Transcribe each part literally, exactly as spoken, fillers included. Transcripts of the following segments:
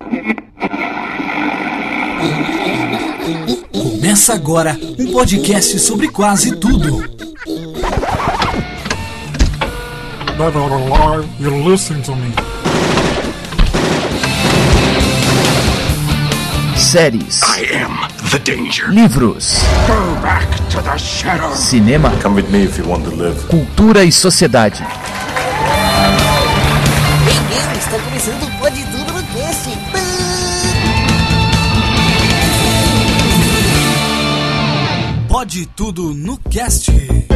Começa agora um podcast sobre quase tudo. Never lie, you listen to me. Séries. I am the danger. Livros. Go back to the shadow. Cinema. Come with me if you want to live. Cultura e sociedade. Bem-vindo, está começando o Pode Tudo no Cast. Pode Tudo no Cast.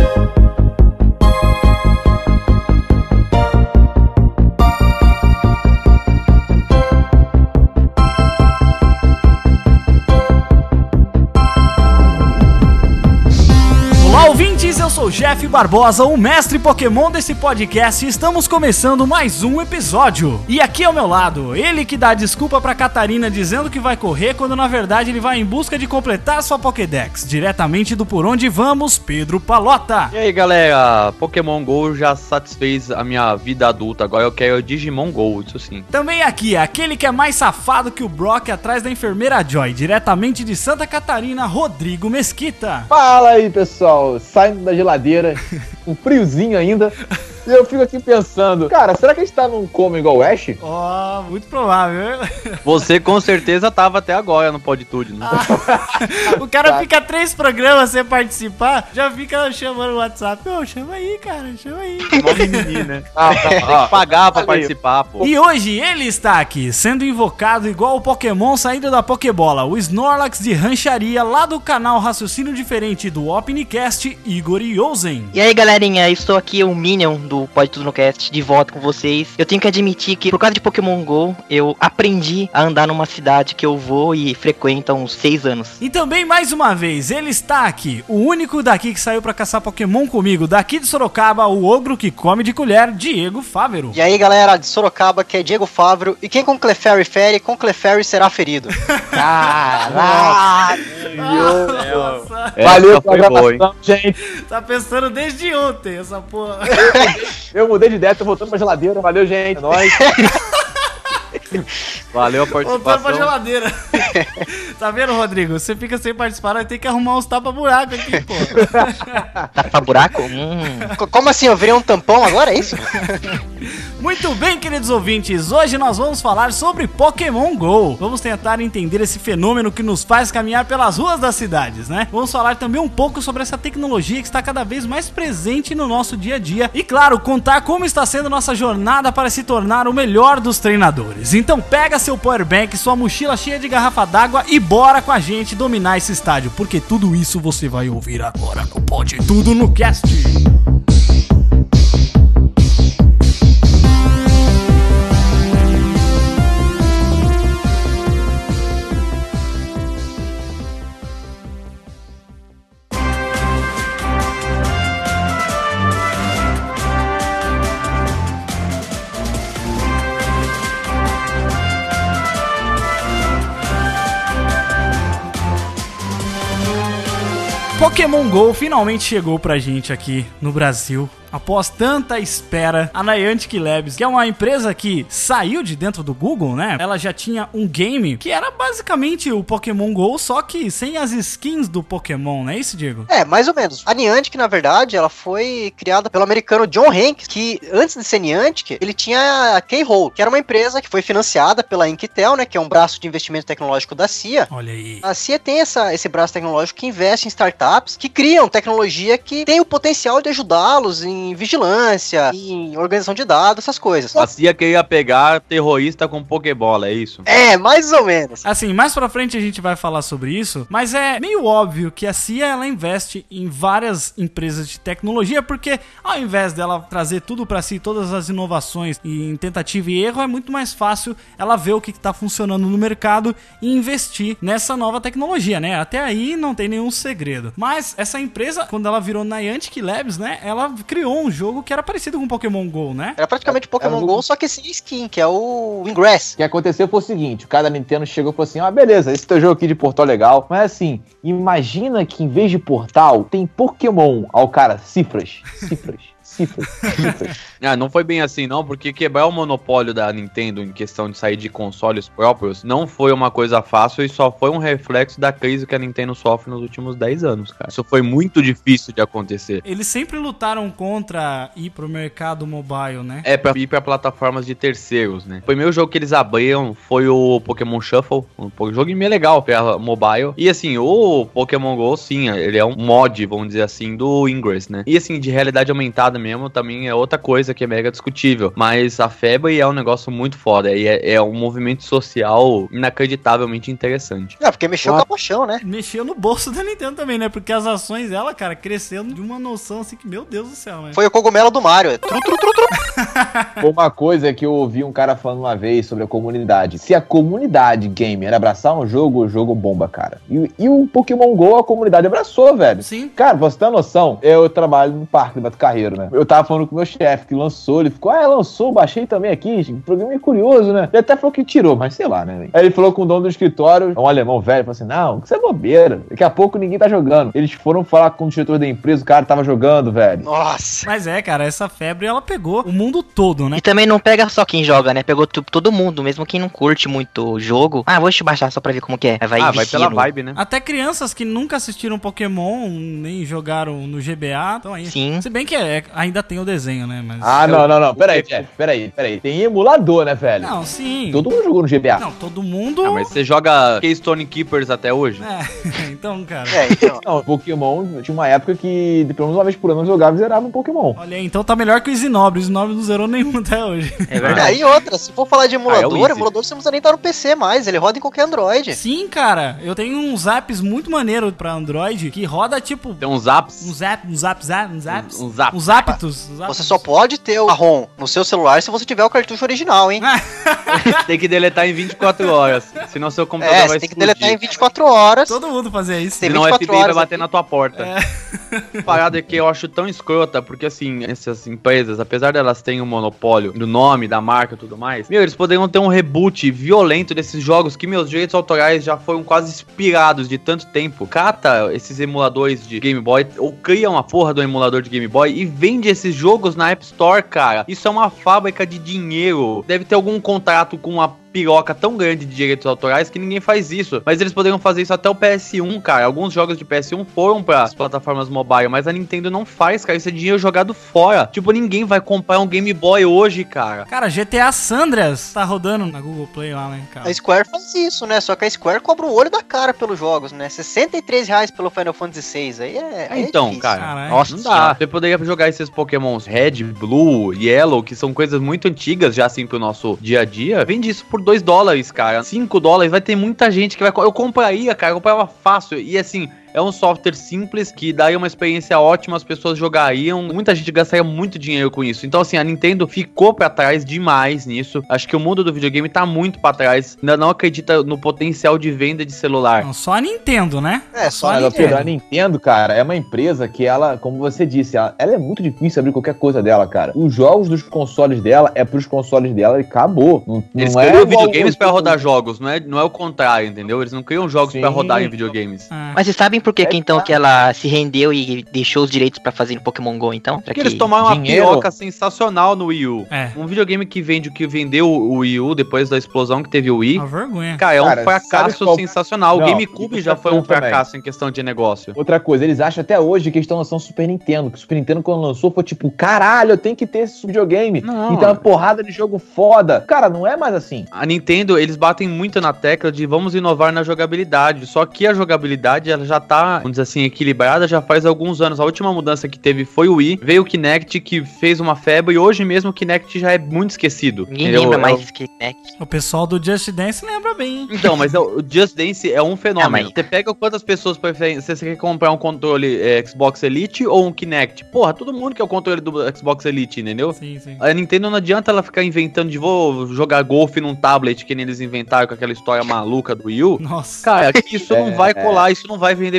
Olá, ouvintes, eu sou o Jeff Barbosa, o mestre Pokémon desse podcast, e estamos começando mais um episódio. E aqui ao meu lado, ele que dá desculpa pra Catarina dizendo que vai correr, quando na verdade ele vai em busca de completar sua Pokédex, diretamente do Por Onde Vamos, Pedro Palota. E aí galera, Pokémon GO já satisfez a minha vida adulta, agora eu quero Digimon GO, isso sim. Também aqui, aquele que é mais safado que o Brock atrás da enfermeira Joy, diretamente de Santa Catarina, Rodrigo Mesquita. Fala aí, pessoal, saindo da geladeira, um friozinho ainda, e eu fico aqui pensando, cara, será que a gente tá num coma igual o Ash? Ó, oh, muito provável. Você com certeza tava até agora no Pode Tudo, né? Ah, o cara fica três programas sem participar, já fica chamando o WhatsApp. Ô, chama aí, cara, chama aí. Mó menininho, né? Ah, tá, tem que pagar pra participar, pô. E hoje ele está aqui, sendo invocado igual o Pokémon saindo da Pokébola, o Snorlax de rancharia, lá do canal Raciocínio Diferente do Opnicast, Igor Yosen. E aí, galerinha, estou aqui, o Minion do Pode Tudo no Cast, de volta com vocês. Eu tenho que admitir que, por causa de Pokémon GO, eu aprendi a andar numa cidade que eu vou e frequento há uns seis anos. E também, mais uma vez, ele está aqui, o único daqui que saiu pra caçar Pokémon comigo, daqui de Sorocaba, o ogro que come de colher, Diego Fávero. E aí, galera, de Sorocaba, que é Diego Fávero, e quem com Clefairy fere, com Clefairy será ferido. Caraca! É, valeu pela gravação, gente. Tá pensando desde ontem essa porra. Eu mudei de ideia, tô voltando pra geladeira. Valeu, gente. É nóis. Valeu a participação. Voltando pra geladeira. Tá vendo, Rodrigo? Você fica sem participar, vai ter que arrumar uns tapa-buraco aqui, pô. Tapa-buraco? Hum. Como assim? Eu virei um tampão agora, é isso? Muito bem, queridos ouvintes, hoje nós vamos falar sobre Pokémon GO. Vamos tentar entender esse fenômeno que nos faz caminhar pelas ruas das cidades, né? Vamos falar também um pouco sobre essa tecnologia que está cada vez mais presente no nosso dia a dia. E claro, contar como está sendo nossa jornada para se tornar o melhor dos treinadores. Então pega seu powerbank, sua mochila cheia de garrafa d'água e bora com a gente dominar esse estádio, porque tudo isso você vai ouvir agora no Pode Tudo no Cast. Pokémon GO finalmente chegou pra gente aqui no Brasil. Após tanta espera, a Niantic Labs, que é uma empresa que saiu de dentro do Google, né? Ela já tinha um game que era basicamente o Pokémon GO, só que sem as skins do Pokémon, não é isso, Diego? É, mais ou menos. A Niantic, na verdade, ela foi criada pelo americano John Hanks, que antes de ser Niantic, ele tinha a K-Hole, que era uma empresa que foi financiada pela Intel, né? Que é um braço de investimento tecnológico da C I A. Olha aí. A C I A tem essa, esse braço tecnológico que investe em startups que criam tecnologia que tem o potencial de ajudá-los em vigilância, em organização de dados, essas coisas. A C I A queria pegar terrorista com Pokébola, é isso? É, mais ou menos. Assim, mais pra frente a gente vai falar sobre isso, mas é meio óbvio que a C I A, ela investe em várias empresas de tecnologia, porque ao invés dela trazer tudo pra si, todas as inovações em tentativa e erro, é muito mais fácil ela ver o que tá funcionando no mercado e investir nessa nova tecnologia, né? Até aí não tem nenhum segredo. Mas essa empresa, quando ela virou Niantic Labs, né? Ela criou um jogo que era parecido com Pokémon GO, né? Era praticamente Pokémon GO, só que sem skin, que é o Ingress. O que aconteceu foi o seguinte, o cara da Nintendo chegou e falou assim, ah, beleza, esse teu jogo aqui de portal é legal, mas assim, imagina que em vez de portal, tem Pokémon. Ao cara, cifras, cifras. Cifras. Cifras. Ah, não foi bem assim não, porque quebrar o monopólio da Nintendo em questão de sair de consoles próprios não foi uma coisa fácil e só foi um reflexo da crise que a Nintendo sofre nos últimos dez anos, cara. Isso foi muito difícil de acontecer. Eles sempre lutaram contra ir pro mercado mobile, né? É, pra ir pra plataformas de terceiros, né? O primeiro jogo que eles abriram foi o Pokémon Shuffle, um joguinho meio legal pra mobile. E assim, o Pokémon GO, sim, ele é um mod, vamos dizer assim, do Ingress, né? E assim, de realidade aumentada mesmo, também é outra coisa que é mega discutível. Mas a febre é um negócio muito foda. E é, é um movimento social inacreditavelmente interessante. É, porque mexeu com a paixão, né? Mexeu no bolso da Nintendo também, né? Porque as ações dela, cara, crescendo de uma noção assim que, meu Deus do céu, né? Foi o cogumelo do Mario. É tru, tru, tru, tru. Uma coisa que eu ouvi um cara falando uma vez sobre a comunidade. Se a comunidade gamer abraçar um jogo, o jogo bomba, cara. E, e o Pokémon GO a comunidade abraçou, velho. Sim. Cara, pra você ter uma noção, eu trabalho no parque do Beto Carreiro, né? Eu tava falando com o meu chefe que lançou, ele ficou, ah, lançou, baixei também aqui, o programa é curioso, né? Ele até falou que tirou, mas sei lá, né? Véio? Aí ele falou com o dono do escritório, um alemão velho, falou assim, não, isso é bobeira, daqui a pouco ninguém tá jogando. Eles foram falar com o diretor da empresa, o cara tava jogando, velho. Nossa. Mas é, cara, essa febre, ela pegou o mundo todo, né? E também não pega só quem joga, né? Pegou tu- todo mundo, mesmo quem não curte muito o jogo. Ah, vou te baixar só pra ver como que é. Aí vai ah, vai vicia pela no- vibe, né? Até crianças que nunca assistiram Pokémon, nem jogaram no G B A, estão aí. Sim. Se bem que é, ainda tem o desenho, né? Mas... Ah, não, não, não, peraí, Jeff, peraí, peraí. Tem emulador, né, velho? Não, sim. Todo mundo jogou no G B A. Não, todo mundo... Ah, mas você joga Keystone Keepers até hoje? É, então, cara... É, então. Não, Pokémon, tinha uma época que pelo menos uma vez por ano eu jogava e zerava um Pokémon. Olha aí, então tá melhor que o Zinobre. O Zinobre não zerou nenhum até hoje. É É, verdade. e outra, se for falar de Ah, é o emulador, Easy. emulador você não precisa nem estar no P C mais, ele roda em qualquer Android. Sim, cara. Eu tenho uns apps muito maneiros pra Android que roda, tipo... Tem uns apps. Uns apps, uns apps, uns apps. Uns apps. Uns aptos. uns aptos. Você só pode ter o ROM no seu celular se você tiver o cartucho original, hein? Tem que deletar em vinte e quatro horas. Senão seu computador É, vai você tem que explodir. deletar em vinte e quatro horas. Todo mundo fazia isso. Tem Senão o vinte e F quatro B I vai horas bater aqui. na tua porta. É. Parada que eu acho tão escrota, porque assim, essas empresas, apesar delas terem o monopólio do nome, da marca e tudo mais, meu, eles poderiam ter um reboot violento desses jogos que meus direitos autorais já foram quase expirados de tanto tempo. Cata esses emuladores de Game Boy, ou cria uma porra do emulador de Game Boy e vende esses jogos na App Store, cara. Isso é uma fábrica de dinheiro. Deve ter algum contrato com uma piroca tão grande de direitos autorais que ninguém faz isso. Mas eles poderiam fazer isso até o P S um, cara. Alguns jogos de P S um foram para as plataformas mobile, mas a Nintendo não faz, cara. Isso é dinheiro jogado fora. Tipo, ninguém vai comprar um Game Boy hoje, cara. Cara, G T A Sandras tá rodando na Google Play lá, né, cara? A Square faz isso, né? Só que a Square cobra o olho da cara pelos jogos, né? sessenta e três reais pelo Final Fantasy seis. Aí é. aí é Então, difícil. cara, Caralho. nossa, não dá. Você poderia jogar esses Pokémons Red, Blue, Yellow, que são coisas muito antigas já assim pro nosso dia a dia. Vende isso por dois dólares, cara. cinco dólares. Vai ter muita gente que vai... Eu compraria, cara. Eu comprava fácil. E assim... É um software simples que daria uma experiência ótima, as pessoas jogariam, muita gente gastaria muito dinheiro com isso. Então assim, a Nintendo ficou pra trás demais nisso. Acho que o mundo do videogame tá muito pra trás. Ainda não acredita no potencial de venda de celular. Não, só a Nintendo, né? É, só a Mas, Nintendo. Pedro, a Nintendo, cara, é uma empresa que ela, como você disse, ela, ela é muito difícil abrir qualquer coisa dela, cara. Os jogos dos consoles dela é pros consoles dela e acabou. Não, Eles não é criam igual videogames o- pra rodar jogos, não é, não é o contrário, entendeu? Eles não criam jogos Sim. pra rodar em videogames. Ah. Mas vocês sabem por que, É que então claro. que ela se rendeu e deixou os direitos pra fazer no Pokémon GO, então? Pra Porque que... eles tomaram uma dinheiro- piroca sensacional no Wii U. É. Um videogame que vende o que vendeu o Wii U depois da explosão que teve o Wii. Uma vergonha. Cara, é um Cara, fracasso sabe qual- sensacional. Não, o GameCube isso já é foi um bom também. fracasso em questão de negócio. Outra coisa, eles acham até hoje que eles estão lançando Super Nintendo. Que o Super Nintendo, quando lançou, foi tipo, caralho, eu tenho que ter esse videogame. Não. E tem uma porrada de jogo foda. Cara, não é mais assim. A Nintendo, eles batem muito na tecla de vamos inovar na jogabilidade. Só que a jogabilidade, ela já tá, vamos dizer assim, equilibrada já faz alguns anos. A última mudança que teve foi o Wii. Veio o Kinect, que fez uma febre. E hoje mesmo o Kinect já é muito esquecido. Ninguém entendeu? lembra É mais o- que Kinect. O pessoal do Just Dance lembra bem, hein? Então, mas é o o Just Dance é um fenômeno. Ah, mas- Você pega quantas pessoas preferem. Você quer comprar um controle é, Xbox Elite ou um Kinect? Porra, todo mundo quer o controle do Xbox Elite, entendeu? Sim, sim. A Nintendo não adianta ela ficar inventando de vou jogar golfe num tablet que nem eles inventaram com aquela história maluca do Wii U. Nossa. Cara, que isso não É, vai é. colar, isso não vai vender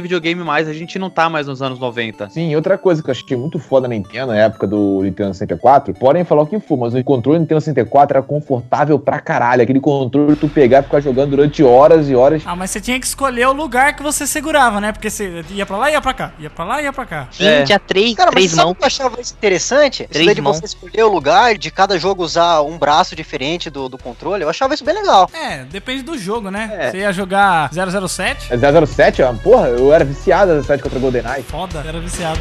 videogame mais, a gente não tá mais nos anos noventa. Sim, outra coisa que eu achei muito foda na Nintendo, na época do Nintendo sessenta e quatro, podem falar o que for, mas o controle do Nintendo sessenta e quatro era confortável pra caralho. Aquele controle tu pegar e ficar jogando durante horas e horas. Ah, mas você tinha que escolher o lugar que você segurava, né? Porque você ia pra lá e ia pra cá, ia pra lá e ia pra cá. Sim, É. tinha três, Cara, mas três sabe o mãos. que eu achava isso interessante? Isso Três daí de mãos. você escolher o lugar, de cada jogo usar um braço diferente do, do controle, eu achava isso bem legal. É, depende do jogo, né? É. Você ia jogar zero zero sete? É zero zero sete, ó, porra, eu era viciado zero zero sete contra GoldenEye. Foda, era viciado.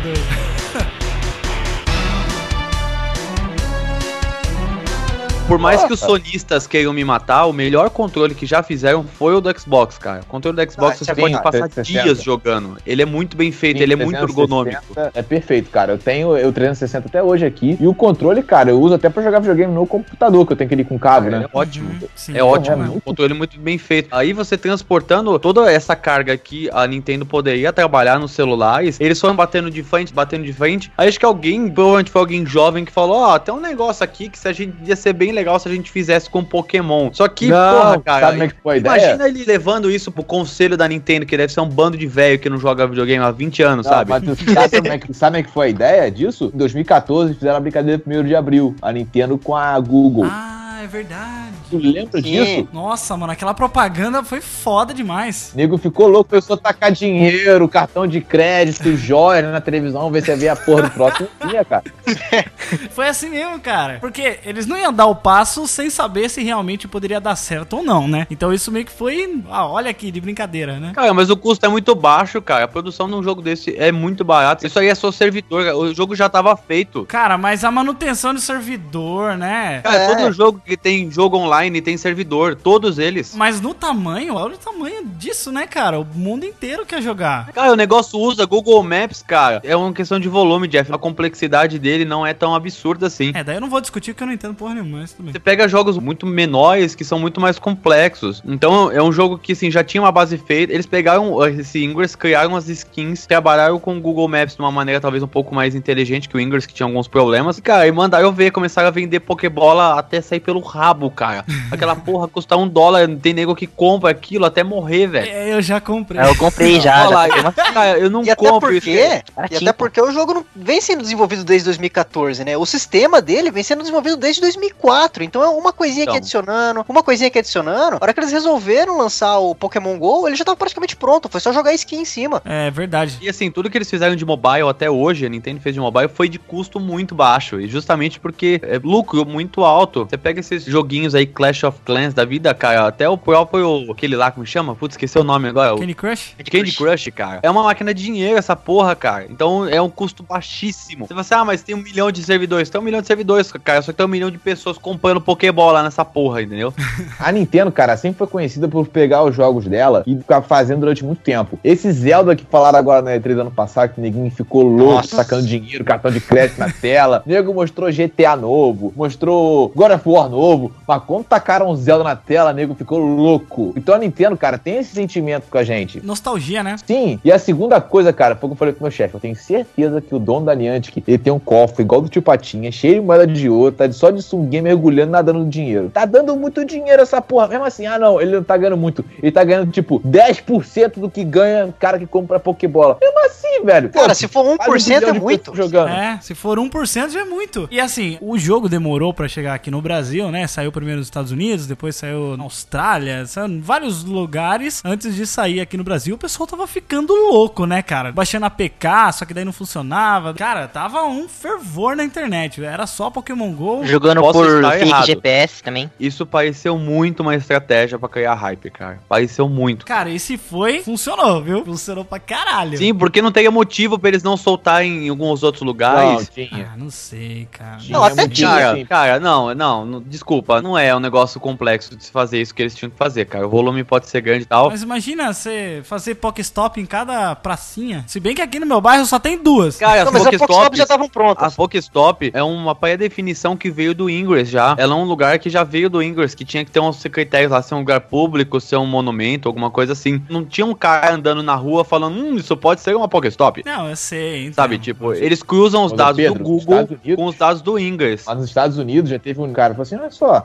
Por mais Nossa. que os sonistas queiram me matar, o melhor controle que já fizeram foi o do Xbox, cara. O controle do Xbox Ah, você sim, pode ah, passar trezentos e sessenta. dias jogando. Ele é muito bem feito, ele é muito trezentos e sessenta ergonômico. É perfeito, cara. Eu tenho o trezentos e sessenta até hoje aqui. E o controle, cara, eu uso até pra jogar videogame no computador, que eu tenho que ir com cabo, Ele né? é ótimo. Uhum, sim. É ótimo, É é um muito- controle muito bem feito. Aí você transportando toda essa carga que a Nintendo poderia trabalhar nos celulares, eles foram batendo de frente, batendo de frente. Aí acho que alguém, provavelmente foi alguém jovem que falou, ó, tem um negócio aqui que se a gente ia ser bem legal se a gente fizesse com Pokémon. Só que, Não, porra, cara, sabe como é que foi a ideia? imagina ele levando isso pro conselho da Nintendo, que deve ser um bando de velho que não joga videogame há vinte anos, Não, sabe? mas tu sabe como, é que, sabe como é que foi a ideia disso? Em dois mil e quatorze fizeram a brincadeira primeiro de abril, a Nintendo com a Google. Ah, é verdade. Tu lembra Sim. disso? Nossa, mano, aquela propaganda foi foda demais. O nego ficou louco, começou a tacar dinheiro, cartão de crédito, joia na televisão, ver se havia a porra do próximo dia, cara. Foi assim mesmo, cara. Porque eles não iam dar o passo sem saber se realmente poderia dar certo ou não, né? Então isso meio que foi, ah, olha aqui, de brincadeira, né? Cara, mas o custo é muito baixo, cara. A produção de um jogo desse é muito barato. Isso aí é só servidor, cara. O jogo já tava feito. Cara, mas a manutenção de servidor, né? Cara, É. todo jogo que tem jogo online tem servidor. Todos eles. Mas no tamanho, olha o tamanho disso, né, cara? O mundo inteiro quer jogar. Cara, o negócio usa Google Maps, cara. É uma questão de volume, Jeff. A complexidade dele não é tão absurda assim. É, daí eu não vou discutir porque eu não entendo porra nenhuma, mas tudo bem. Você pega jogos muito menores que são muito mais complexos. Então é um jogo que assim, já tinha uma base feita. Eles pegaram uh, esse Ingress, criaram as skins, trabalharam com o Google Maps de uma maneira talvez um pouco mais inteligente que o Ingress, que tinha alguns problemas. E, cara, e mandaram ver, começaram a vender Pokébola até sair pelo rabo, cara. Aquela porra custa um dólar, tem nego que compra aquilo até morrer, velho. É, eu já comprei. É, eu comprei já. Olha já lá, comprei uma- cara, eu não E até compro isso. porque, e Baratinho, até pô. porque o jogo não vem sendo desenvolvido desde dois mil e quatorze, né? O sistema dele vem sendo desenvolvido desde dois mil e quatro. Então é uma coisinha Então. que adicionando, uma coisinha que adicionando. A hora que eles resolveram lançar o Pokémon GO, ele já tava praticamente pronto. Foi só jogar skin em cima. É verdade. E assim, tudo que eles fizeram de mobile até hoje, a Nintendo fez de mobile, foi de custo muito baixo. E justamente porque é lucro muito alto. Você pega esses joguinhos aí, Clash of Clans da vida, cara, até o próprio, aquele lá, como chama? Putz, esqueci o nome agora. O Candy Crush? Candy Crush, cara. É uma máquina de dinheiro essa porra, cara. Então é um custo baixíssimo. Você fala assim, ah, mas tem um milhão de servidores. Tem um milhão de servidores, cara. Só que tem um milhão de pessoas comprando Pokébola nessa porra, entendeu? A Nintendo, cara, sempre foi conhecida por pegar os jogos dela e ficar fazendo durante muito tempo. Esse Zelda que falaram agora na E três do ano passado, que o neguinho ficou louco, Nossa. sacando dinheiro, cartão de crédito na tela. O nego mostrou G T A novo, mostrou God of War novo. Mas quando tacaram o Zelda na tela, o nego ficou louco. Então a Nintendo, cara, tem esse sentimento com a gente. Nostalgia, né? Sim, e a segunda coisa, cara, foi o que eu falei pro meu chefe. Eu tenho certeza que o dono da Niantic, ele tem um cofre igual do tio Patinha, cheio de moeda de ouro, tá só de sunguinha mergulhando, nadando dinheiro. Tá dando muito dinheiro essa porra. Mesmo assim, ah não, ele não tá ganhando muito. Ele tá ganhando, tipo, dez por cento do que ganha o cara que compra Pokébola. Mesmo assim, velho. Cara, Pô, se for um quase por cento bilhão é de muito. pessoas Jogando. É, se for um por cento já é muito. E assim, o jogo demorou pra chegar aqui no Brasil, né? Saiu primeiro nos Estados Unidos, depois saiu na Austrália, saiu em vários lugares antes de sair aqui no Brasil. O pessoal tava ficando louco, né, cara? Baixando A P K, só que daí não funcionava. Cara, tava um fervor na internet. Era só Pokémon GO. Jogando Posso por estar fake errado. G P S também. Isso pareceu muito uma estratégia pra criar hype, cara. Pareceu muito. Cara, e se foi, funcionou, viu? Funcionou pra caralho. Sim, porque não teria motivo pra eles não soltarem em alguns outros Não, lugares. tinha. Ah, não sei, cara. Tinha Não, até motivo, tinha. Cara, assim. cara, não, não, não, desculpa, não é um negócio complexo de se fazer isso que eles tinham que fazer, cara. O volume pode ser grande e tal. Mas imagina você fazer Pokéstop em cada pracinha. Se bem que aqui no meu bairro só tem duas. Cara, as Não, mas a Pokéstop Pokéstops, já estavam prontas. a Pokéstop é uma pré-definição que veio do Ingress já. Ela é um lugar que já veio do Ingress, que tinha que ter uns critérios lá, ser um lugar público, ser um monumento, alguma coisa assim. Não tinha um cara andando na rua falando, hum, isso pode ser uma Pokéstop. Não, eu sei. Então. Sabe, tipo, eles cruzam os Mas, dados Pedro, do nos Google Estados Unidos- com os dados do Ingress. Mas nos Estados Unidos já teve um cara que falou assim, olha só, estamos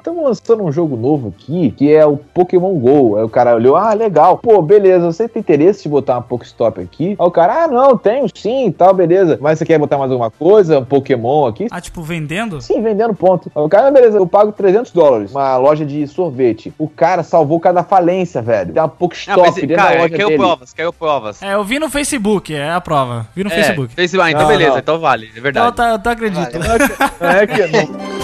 lançando um jogo novo aqui, que é o Pokémon GO. Aí o cara olhou, ah, legal. Pô, beleza, você tem interesse de botar uma Pokéstop aqui? Aí o cara, ah, não, tenho sim e tal, beleza. Mas você quer botar mais alguma coisa? Um Pokémon aqui? Ah, tipo, vendendo? Sim, vendendo, ponto. Aí o cara, beleza, eu pago trezentos dólares. Uma loja de sorvete. O cara salvou o cara da falência, velho. Tem uma Pokéstop mas, dentro cara, da loja caiu dele. provas, caiu provas. É, eu vi no Facebook, é a prova. Vi no É, Facebook. Facebook. Ah, então Não, beleza, não. então vale, é Então, verdade. tá, eu tô acredito. Não é que... Não é que não.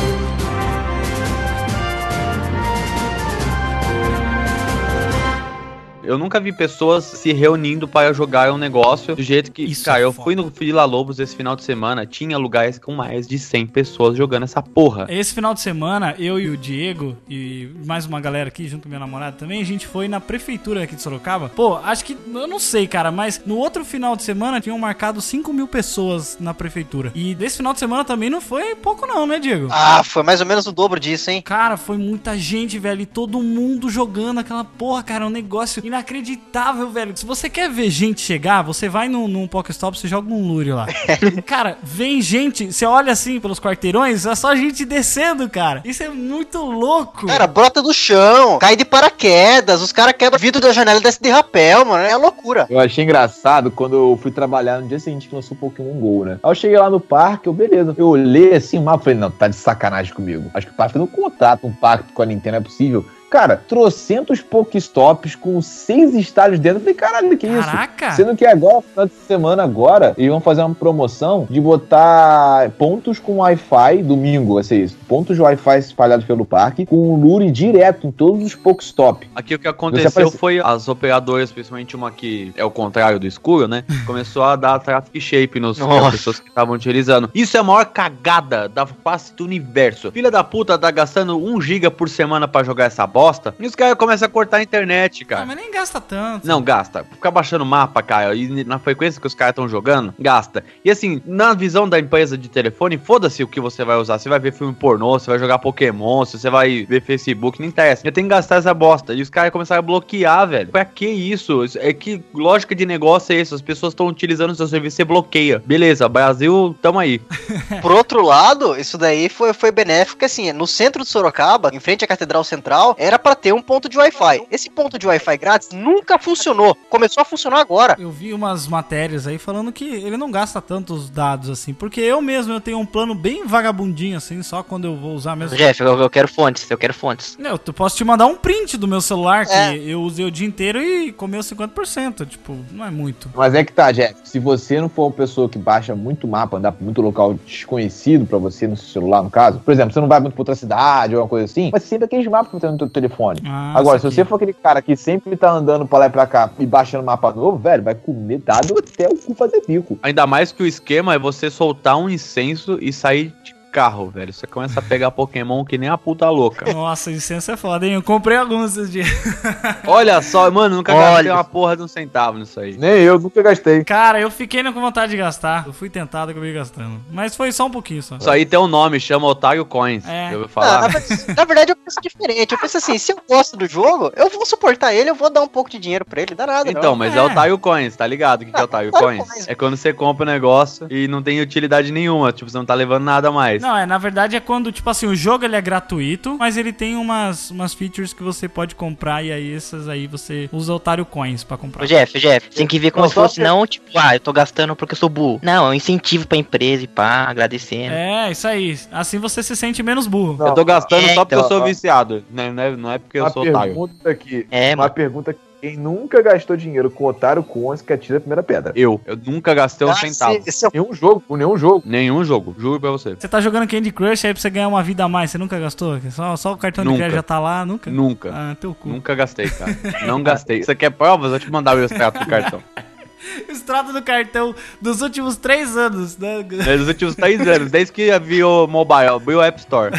Eu nunca vi pessoas se reunindo para jogar um negócio do jeito que... Isso cara, é eu foda. fui no Vila Lobos esse final de semana, tinha lugares com mais de cem pessoas jogando essa porra. Esse final de semana, eu e o Diego e mais uma galera aqui, junto com minha namorada também, a gente foi na prefeitura aqui de Sorocaba. Pô, acho que, eu não sei, cara, mas no outro final de semana tinham marcado cinco mil pessoas na prefeitura. E desse final de semana também não foi pouco não, né, Diego? Ah, foi mais ou menos o dobro disso, hein? Cara, foi muita gente, velho, e todo mundo jogando aquela porra, cara, é um negócio inacreditável, velho. Se você quer ver gente chegar, você vai num, num Pokéstop, você joga um lure lá. Cara, vem gente, você olha assim pelos quarteirões, é só gente descendo, cara. Isso é muito louco. Cara, brota do chão, cai de paraquedas, os caras quebram o vidro da janela e desce de rapel, mano. É loucura. Eu achei engraçado quando eu fui trabalhar no dia seguinte que lançou o Pokémon GO, né? Aí eu cheguei lá no parque, eu, beleza. Eu olhei assim o mapa e falei, não, tá de sacanagem comigo. Acho que o parque fez um contrato, um pacto com a Nintendo, é possível. Cara, trocentos Pokéstops com seis estádios dentro. Eu falei, caralho, que isso? Caraca! Sendo que agora, final de semana agora, eles vão fazer uma promoção de botar pontos com Wi-Fi, domingo vai ser isso, pontos de Wi-Fi espalhados pelo parque, com um lure direto em todos os Pokéstop. Aqui o que aconteceu aparece- foi as operadoras, principalmente uma que é o contrário do escuro, né? Começou a dar traffic shape nos Nossa. nas pessoas que estavam utilizando. Isso é a maior cagada da face do universo. Filha da puta tá gastando um giga por semana pra jogar essa bosta. E os caras começam a cortar a internet, Ah, cara. mas nem gasta tanto. Não, gasta. Ficar baixando mapa, cara, e na frequência que os caras estão jogando, gasta. E assim, na visão da empresa de telefone, foda-se o que você vai usar. Você vai ver filme pornô, você vai jogar Pokémon, se você vai ver Facebook, não interessa. Já tem que gastar essa bosta. E os caras começaram a bloquear, velho. Pra que isso? É que lógica de negócio é isso. As pessoas estão utilizando o seu serviço, você bloqueia. Beleza, Brasil, tamo aí. Por outro lado, isso daí foi, foi benéfico, assim, no centro de Sorocaba, em frente à Catedral Central, era pra ter um ponto de Wi-Fi. Esse ponto de Wi-Fi grátis nunca funcionou. Começou a funcionar agora. Eu vi umas matérias aí falando que ele não gasta tantos dados assim, porque eu mesmo eu tenho um plano bem vagabundinho assim, só quando eu vou usar mesmo. Jeff, eu, eu quero fontes, eu quero fontes. Não, eu posso te mandar um print do meu celular que É. eu usei o dia inteiro e comeu cinquenta por cento, tipo, não é muito. Mas é que tá, Jeff, se você não for uma pessoa que baixa muito mapa, andar por muito local desconhecido pra você no seu celular, no caso, por exemplo, você não vai muito pra outra cidade ou uma coisa assim, mas sempre aqueles mapas que você tem no teu telefone. Ah, Agora, se saquei. você for aquele cara que sempre tá andando pra lá e pra cá e baixando mapa novo, velho, vai comer dado até o cu fazer bico. Ainda mais que o esquema é você soltar um incenso e sair de carro, velho. Você começa a pegar Pokémon que nem a puta louca. Nossa, incenso é foda, hein? Eu comprei alguns esses dias. Olha só, mano, nunca Olha. gastei uma porra de um centavo nisso aí. Nem eu, nunca gastei. Cara, eu fiquei com vontade de gastar. Eu fui tentado e acabei gastando. Mas foi só um pouquinho só. Isso aí tem um nome, chama Otário Coins. É. Eu vou Ah, falar. na, ver- na verdade, eu penso diferente. Eu penso assim, se eu gosto do jogo, eu vou suportar ele, eu vou dar um pouco de dinheiro pra ele, dá nada, Então, não. mas é, É. Otário Coins, tá ligado? O que, que é Ah, Otário Otário Coins? Coins. É quando você compra o negócio e não tem utilidade nenhuma. Tipo, você não tá levando nada a mais. Não, é, na verdade é quando, tipo assim, o jogo ele é gratuito, mas ele tem umas, umas features que você pode comprar e aí essas aí você usa Otário Coins pra comprar. Ô, Jeff, Jeff, tem que ver como Não, se só fosse que- não, tipo, ah, eu tô gastando porque eu sou burro. Não, é um incentivo pra empresa e pá, agradecendo. É, isso aí. Assim você se sente menos burro. Não, Eu tô gastando é, só porque eu então, sou ó. viciado. Não, não é, não é porque eu Uma sou otário. pergunta aqui. É, uma mano. pergunta aqui. Quem nunca gastou dinheiro com Otário Coins que atira a primeira pedra? Eu. Eu nunca gastei um Ah, centavo. se- se eu- Nenhum jogo, com nenhum jogo. Nenhum jogo, juro pra você. Você tá jogando Candy Crush aí pra você ganhar uma vida a mais, você nunca gastou? Só, só o cartão de Nunca. crédito já tá lá, nunca? Nunca. Ah, teu cu. Nunca gastei, cara. Não gastei. Você quer provas? Eu te mandar o extrato do cartão. Extrato do cartão dos últimos três anos, né? É dos últimos três anos, desde que vi o mobile, vi o App Store.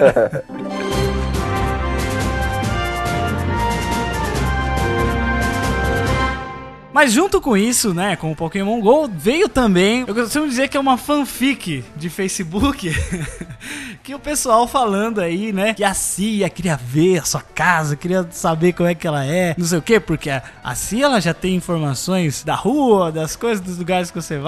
Mas junto com isso, né, com o Pokémon GO, veio também, eu costumo dizer que é uma fanfic de Facebook, que o pessoal falando aí, né, que a Cia queria ver a sua casa, queria saber como é que ela é, não sei o quê, porque a, a Cia ela já tem informações da rua, das coisas, dos lugares que você vai.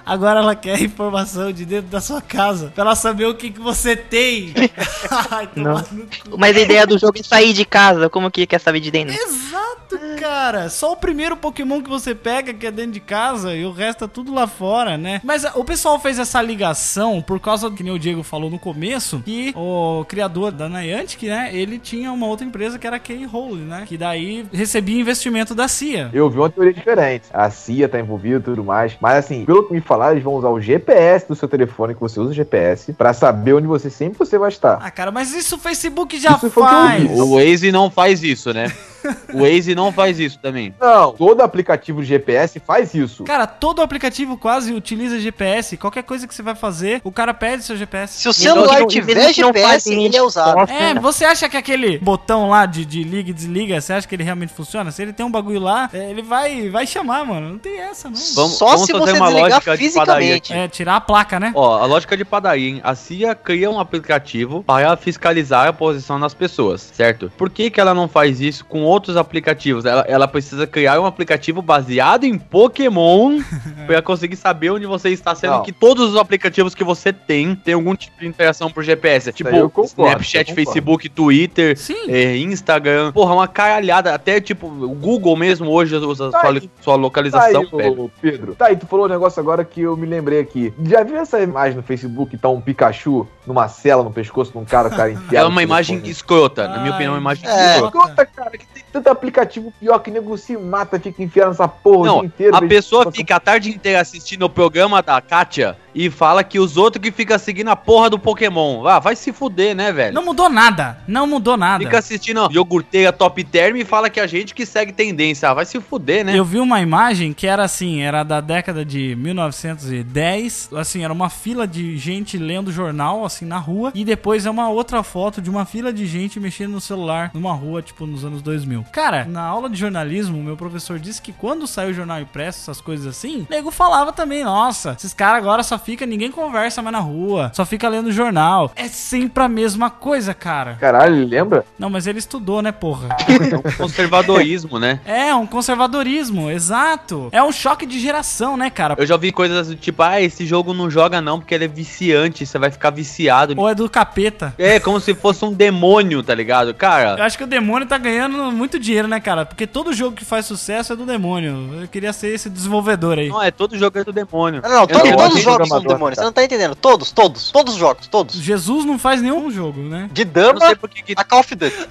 Agora ela quer informação de dentro da sua casa pra ela saber o que, que você tem. Ai, Não. Mas a ideia do jogo é sair de casa. Como que quer saber de dentro? Exato, cara. Só o primeiro Pokémon que você pega que é dentro de casa e o resto é tudo lá fora, né? Mas o pessoal fez essa ligação por causa do que nem o Diego falou no começo, que o criador da Niantic, né, ele tinha uma outra empresa que era a K-Hole, né? Que daí recebia investimento da C I A. Eu vi uma teoria diferente. A C I A tá envolvida e tudo mais. Mas assim, pelo que me falaram, eles vão usar o G P S do seu telefone, que você usa o G P S, pra saber onde você sempre você vai estar. Ah, cara, mas isso o Facebook já Isso foi o que eu faz. vi. O Waze não faz isso, né? O Waze não faz isso também. Não, todo aplicativo de G P S faz isso. Cara, todo aplicativo quase utiliza G P S. Qualquer coisa que você vai fazer, o cara pede seu G P S. Se o celular tiver G P S, ele é usado. É, você acha que aquele botão lá de, de liga e desliga, você acha que ele realmente funciona? Se ele tem um bagulho lá, é, ele vai, vai chamar, mano. Não tem essa, não. Vamos, Só vamos se fazer você uma desligar lógica de padaria fisicamente. aqui. É, tirar a placa, né? Ó, a lógica de padaria, hein? A C I A cria um aplicativo para fiscalizar a posição das pessoas, certo? Por que que ela não faz isso com outros aplicativos? Ela, ela precisa criar um aplicativo baseado em Pokémon para conseguir saber onde você está, sendo Não. que todos os aplicativos que você tem tem algum tipo de interação por G P S. Tipo, aí eu concordo, Snapchat, eu concordo. Facebook, Twitter, Sim. é, Instagram. Porra, uma caralhada. Até, tipo, o Google mesmo hoje usa Tá sua, aí. sua Tá localização, aí, velho. ô, Pedro. Tá aí, tu falou um negócio agora que eu me lembrei aqui. Já viu essa imagem no Facebook? Tá um Pikachu numa cela no pescoço de um cara, o cara enfiado. É uma no imagem telefone. escrota. Na minha Ai, opinião, é uma imagem é. escrota. Escuta, cara, que tem tanto aplicativo pior que nego se mata, fica enfiando essa porra o Não, dia inteiro. a vez- pessoa fica a tarde inteira assistindo o programa da Kátia e fala que os outros que ficam seguindo a porra do Pokémon. Ah, vai se fuder, né, velho? Não mudou nada. Não mudou nada. Fica assistindo iogurteira top term e fala que a gente que segue tendência. Ah, vai se fuder, né? Eu vi uma imagem que era assim, era da década de mil novecentos e dez, assim, era uma fila de gente lendo jornal, assim, na rua, e depois é uma outra foto de uma fila de gente mexendo no celular numa rua, tipo, nos anos dois mil. Cara, na aula de jornalismo, meu professor disse que quando saiu o jornal impresso, essas coisas assim, o nego falava também, nossa, esses caras agora só fica, ninguém conversa mais na rua, só fica lendo jornal. É sempre a mesma coisa, cara. Caralho, lembra? Não, mas ele estudou, né, porra? Conservadorismo, né? É, um conservadorismo, exato. É um choque de geração, né, cara? Eu já ouvi coisas do tipo, ah, esse jogo não joga não porque ele é viciante, você vai ficar viciado. Ou é do capeta. É, como se fosse um demônio, tá ligado? Eu Cara, acho que o demônio tá ganhando muito dinheiro, né, cara? Porque todo jogo que faz sucesso é do demônio. Eu queria ser esse desenvolvedor aí. não, é todo jogo é do demônio. Não, não, Eu todo- não todos gosto os jogos são programador, demônios. cara. Você não tá entendendo. Todos, todos. Todos os jogos, todos. Jesus não faz nenhum jogo, né? De Eu não dama sei porque que a Call of Duty.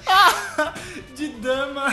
De dama.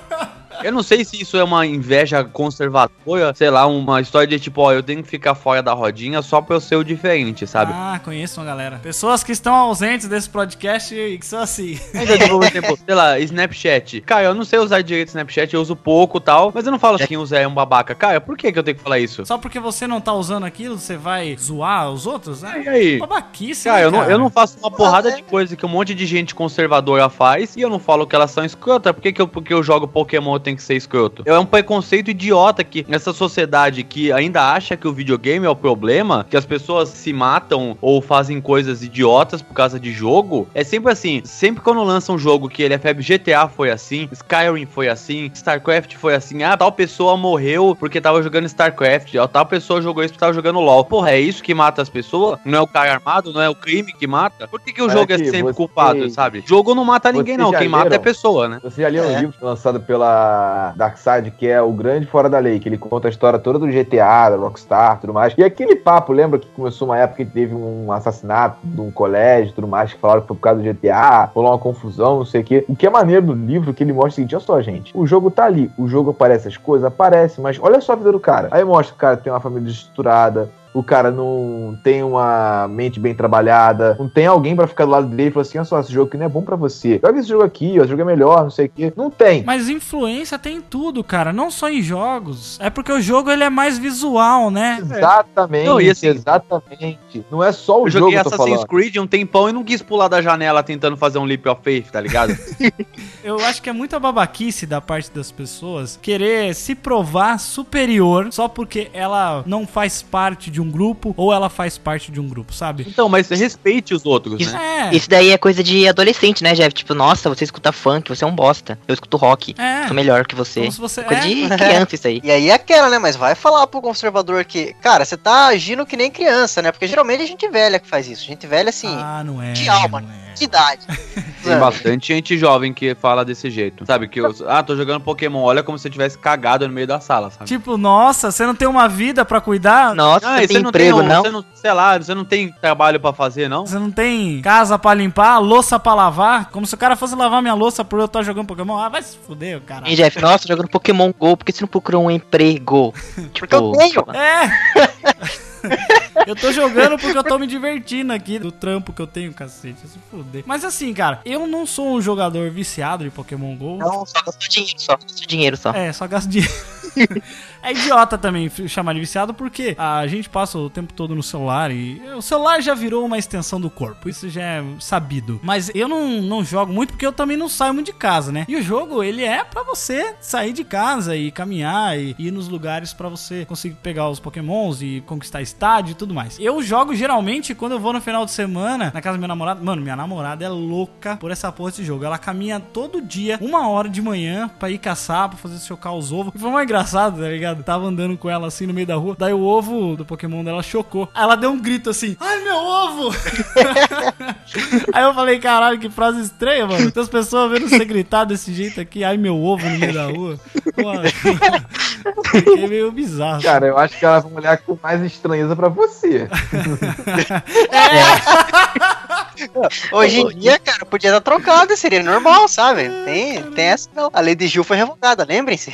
Eu não sei se isso é uma inveja conservadora, sei lá, uma história de tipo, ó, eu tenho que ficar fora da rodinha só pra eu ser o diferente, sabe? Ah, conheço uma galera. Pessoas que estão ausentes desse podcast e que são assim. Mas eu digo, por exemplo, sei lá, Snapchat. Cara, eu não sei usar direito Snapchat, eu uso pouco e tal, mas eu não falo que quem usa é um babaca. Cara, por que que eu tenho que falar isso? Só porque você não tá usando aquilo, você vai zoar os outros, né? E aí? Babaquice, Cara, né, eu não, eu não faço uma porrada de coisa que um monte de gente conservadora faz e eu não falo que elas são escrotas. Por que, que eu, porque eu jogo Pokémon eu tenho que ser escroto? É um preconceito idiota que essa sociedade que ainda acha que o videogame é o problema, que as pessoas se matam ou fazem coisas idiotas por causa de jogo, é sempre assim. Sempre quando lança um jogo que ele é febre, G T A foi assim, Skyrim foi assim, StarCraft foi assim, ah, tal pessoa morreu porque tava jogando StarCraft, ó, tal pessoa jogou isso porque tava jogando LoL. Porra, é isso que mata as pessoas? Não é o cara armado? Não é o crime que mata? Por que que o Olha jogo aqui, é sempre você- culpado, sabe? Jogo não mata ninguém Vocês não, já quem mata é leram? pessoa, né? Você já leu É. um livro lançado pela Darkseid, que é O Grande Fora da Lei, que ele conta a história toda do G T A, da Rockstar e tudo mais. E aquele papo, lembra que começou uma época que teve um assassinato de um colégio e tudo mais, que falaram que foi por causa do G T A, rolou uma confusão, não sei o quê. O que é maneiro no livro, que ele mostra o seguinte, olha só, gente, o jogo tá ali, o jogo aparece as coisas, aparece, mas olha só a vida do cara. Aí mostra que o cara tem uma família estruturada, o cara não tem uma mente bem trabalhada, não tem alguém pra ficar do lado dele e falar assim, olha só, esse jogo aqui não é bom pra você. Joga esse jogo aqui, ó, esse jogo é melhor, não sei o quê. Não tem. Mas influência tem em tudo, cara. Não só em jogos. É porque o jogo ele é mais visual, né? Exatamente, Não, e assim- exatamente. Não é só o Eu jogo joguei que eu tô Assassin's falando. Creed um tempão e não quis pular da janela tentando fazer um leap of faith, tá ligado? Eu acho que é muita babaquice da parte das pessoas querer se provar superior só porque ela não faz parte de de um grupo ou ela faz parte de um grupo, sabe? Então, mas respeite os outros, Isso, né? É. Isso daí é coisa de adolescente, né, Jeff? Tipo, nossa, você escuta funk, você é um bosta. Eu escuto rock, É. sou melhor que você. Como se você- Coisa é. de criança isso aí. E aí é aquela, né? Mas vai falar pro conservador que, cara, você tá agindo que nem criança, né? Porque geralmente é gente velha que faz isso. Gente velha, assim, Ah, não é. de alma, não é. de idade. Tem bastante gente jovem que fala desse jeito. Sabe, que eu, ah, tô jogando Pokémon, olha como se eu tivesse cagado no meio da sala, sabe? Tipo, nossa, você não tem uma vida pra cuidar? Nossa, Ah, você e tem você não emprego, tem, um- não? Você não, sei lá, você não tem trabalho pra fazer, não? Você não tem casa pra limpar, louça pra lavar? Como se o cara fosse lavar minha louça por eu estar jogando Pokémon. Ah, vai se fuder, cara. E Jeff, nossa, tô jogando Pokémon GO, por que você não procurou um emprego? Porque eu tenho. É! Eu tô jogando porque eu tô me divertindo aqui do trampo que eu tenho, cacete. Se fuder. Mas assim, cara, eu não sou um jogador viciado de Pokémon GO. Não, só gastou dinheiro, só gastou dinheiro só. É, só gasto dinheiro. É idiota também f- chamar de viciado porque a gente passa o tempo todo no celular e o celular já virou uma extensão do corpo, isso já é sabido. Mas eu não, não jogo muito porque eu também não saio muito de casa, né? E o jogo, ele é pra você sair de casa e caminhar e ir nos lugares pra você conseguir pegar os Pokémons e conquistar estádio e tudo mais. Eu jogo geralmente quando eu vou no final de semana na casa do meu namorado. Mano, minha namorada é louca por essa porra desse jogo. Ela caminha todo dia, uma hora de manhã, pra ir caçar, pra fazer chocar os ovos. E foi mais engraçado, tá ligado? Tava andando com ela assim no meio da rua. Daí o ovo do Pokémon dela chocou. Aí ela deu um grito assim: ai, meu ovo! Aí eu falei: caralho, que frase estranha, mano. Tem as pessoas vendo você gritar desse jeito aqui: ai, meu ovo no meio da rua. Fiquei meio bizarro. Cara, eu acho que elas vão olhar com mais estranheza pra você. Hoje em dia, cara, podia dar trocado, seria normal, sabe? Tem, tem essa não. A lei de Gil foi revogada, lembrem-se.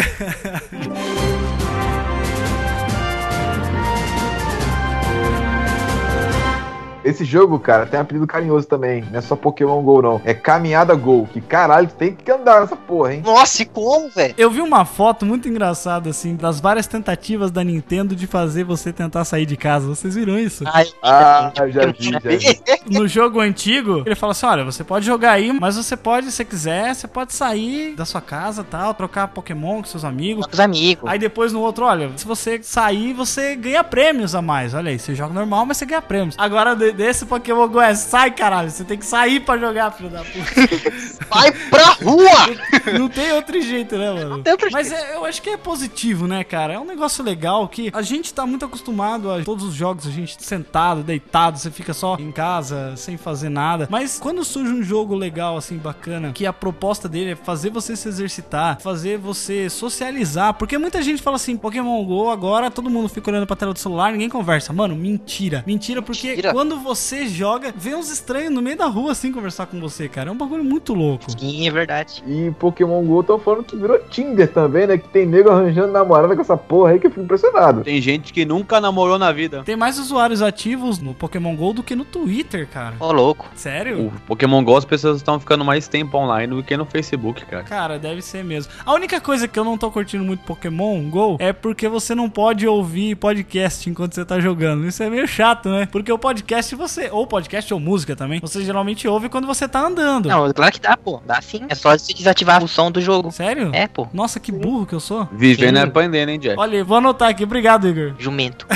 Esse jogo, cara, tem um apelido carinhoso também. Não é só Pokémon GO, não. É Caminhada GO. Que caralho, tu tem que andar nessa porra, hein? Nossa, e como, velho? Eu vi uma foto muito engraçada, assim, das várias tentativas da Nintendo de fazer você tentar sair de casa. Vocês viram isso? Ai, Ah, já vi, já vi. No jogo antigo, ele fala assim: olha, você pode jogar aí, mas você pode, se você quiser, você pode sair da sua casa e tal, trocar Pokémon com seus amigos. com os amigos. Aí depois no outro, olha, se você sair, você ganha prêmios a mais. Olha aí, você joga normal, mas você ganha prêmios. Agora, de- desse Pokémon GO é sai, caralho. Você tem que sair pra jogar, filho da puta. Vai pra rua! Não tem outro jeito, né, mano? tem outro Mas é- eu acho que é positivo, né, cara? É um negócio legal que a gente tá muito acostumado a todos os jogos, a gente sentado, deitado, você fica só em casa, sem fazer nada. Mas quando surge um jogo legal, assim, bacana, que a proposta dele é fazer você se exercitar, fazer você socializar, porque muita gente fala assim: Pokémon GO agora todo mundo fica olhando pra tela do celular, ninguém conversa. Mano, mentira. Mentira, porque Mentira. quando você joga, vem uns estranhos no meio da rua, assim, conversar com você, cara. É um bagulho muito louco. Sim, é verdade. E Pokémon GO, tô falando que virou Tinder também, né? Que tem nego arranjando namorada com essa porra aí que eu fico impressionado. Tem gente que nunca namorou na vida. Tem mais usuários ativos no Pokémon GO do que no Twitter, cara. Ô, louco. Sério? O Pokémon GO, as pessoas estão ficando mais tempo online do que no Facebook, cara. Cara, deve ser mesmo. A única coisa que eu não tô curtindo muito Pokémon GO é porque você não pode ouvir podcast enquanto você tá jogando. Isso é meio chato, né? Porque o podcast você... Ou podcast ou música também. Você geralmente ouve quando você tá andando. Não, claro que dá, pô. Dá sim. É só você desativar o som do jogo. Sério? É, pô. Nossa, que burro que eu sou. Vivendo Sim. é aprendendo, hein, Jeff? Olha, vou anotar aqui. Obrigado, Igor. Jumento.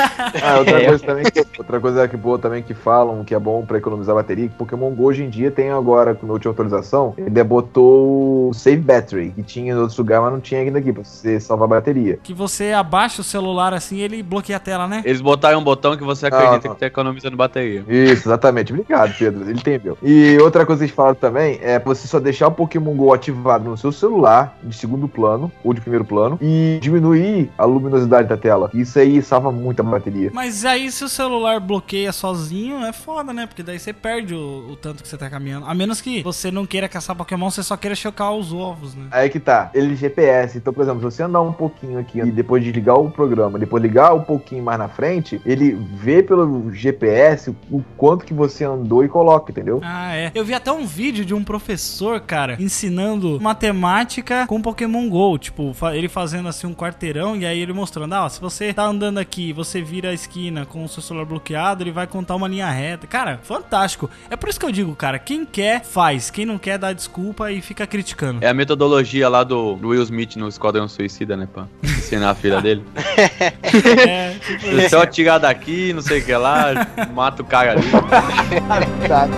Ah, outra coisa também que, outra coisa que boa também que falam que é bom pra economizar bateria, que Pokémon GO hoje em dia tem agora, na última atualização, ele botou o Save Battery, que tinha em outros lugares, mas não tinha ainda aqui, pra você salvar a bateria. Que você abaixa o celular assim, ele bloqueia a tela, né? Eles botaram um botão que você acredita Ah, não. que tá economizando bateria. Isso, exatamente. Obrigado, Pedro. Ele entendeu. E outra coisa que eles falaram também é você só deixar o Pokémon GO ativado no seu celular, de segundo plano, ou de primeiro plano, e diminuir a luminosidade da tela. Isso aí salva muito a bateria. Mas aí se o celular bloqueia sozinho, é foda, né? Porque daí você perde o, o tanto que você tá caminhando. A menos que você não queira caçar Pokémon, você só queira chocar os ovos, né? Aí que tá, ele G P S, então, por exemplo, se você andar um pouquinho aqui e depois desligar o programa, depois ligar um pouquinho mais na frente, ele vê pelo G P S o quanto que você andou e coloca, entendeu? Ah, é. Eu vi até um vídeo de um professor, cara, ensinando matemática com Pokémon GO. Tipo, fa- ele fazendo assim um quarteirão e aí ele mostrando, ah, ó, se você tá andando aqui, você você vira a esquina com o seu celular bloqueado, ele vai contar uma linha reta. Cara, fantástico. É por isso que eu digo, cara, quem quer, faz. Quem não quer, dá desculpa e fica criticando. É a metodologia lá do Will Smith no Esquadrão Suicida, né, pra ensinar a filha dele. É, tipo Se isso. eu atirar daqui, não sei o que lá, mata o cara ali. Tá.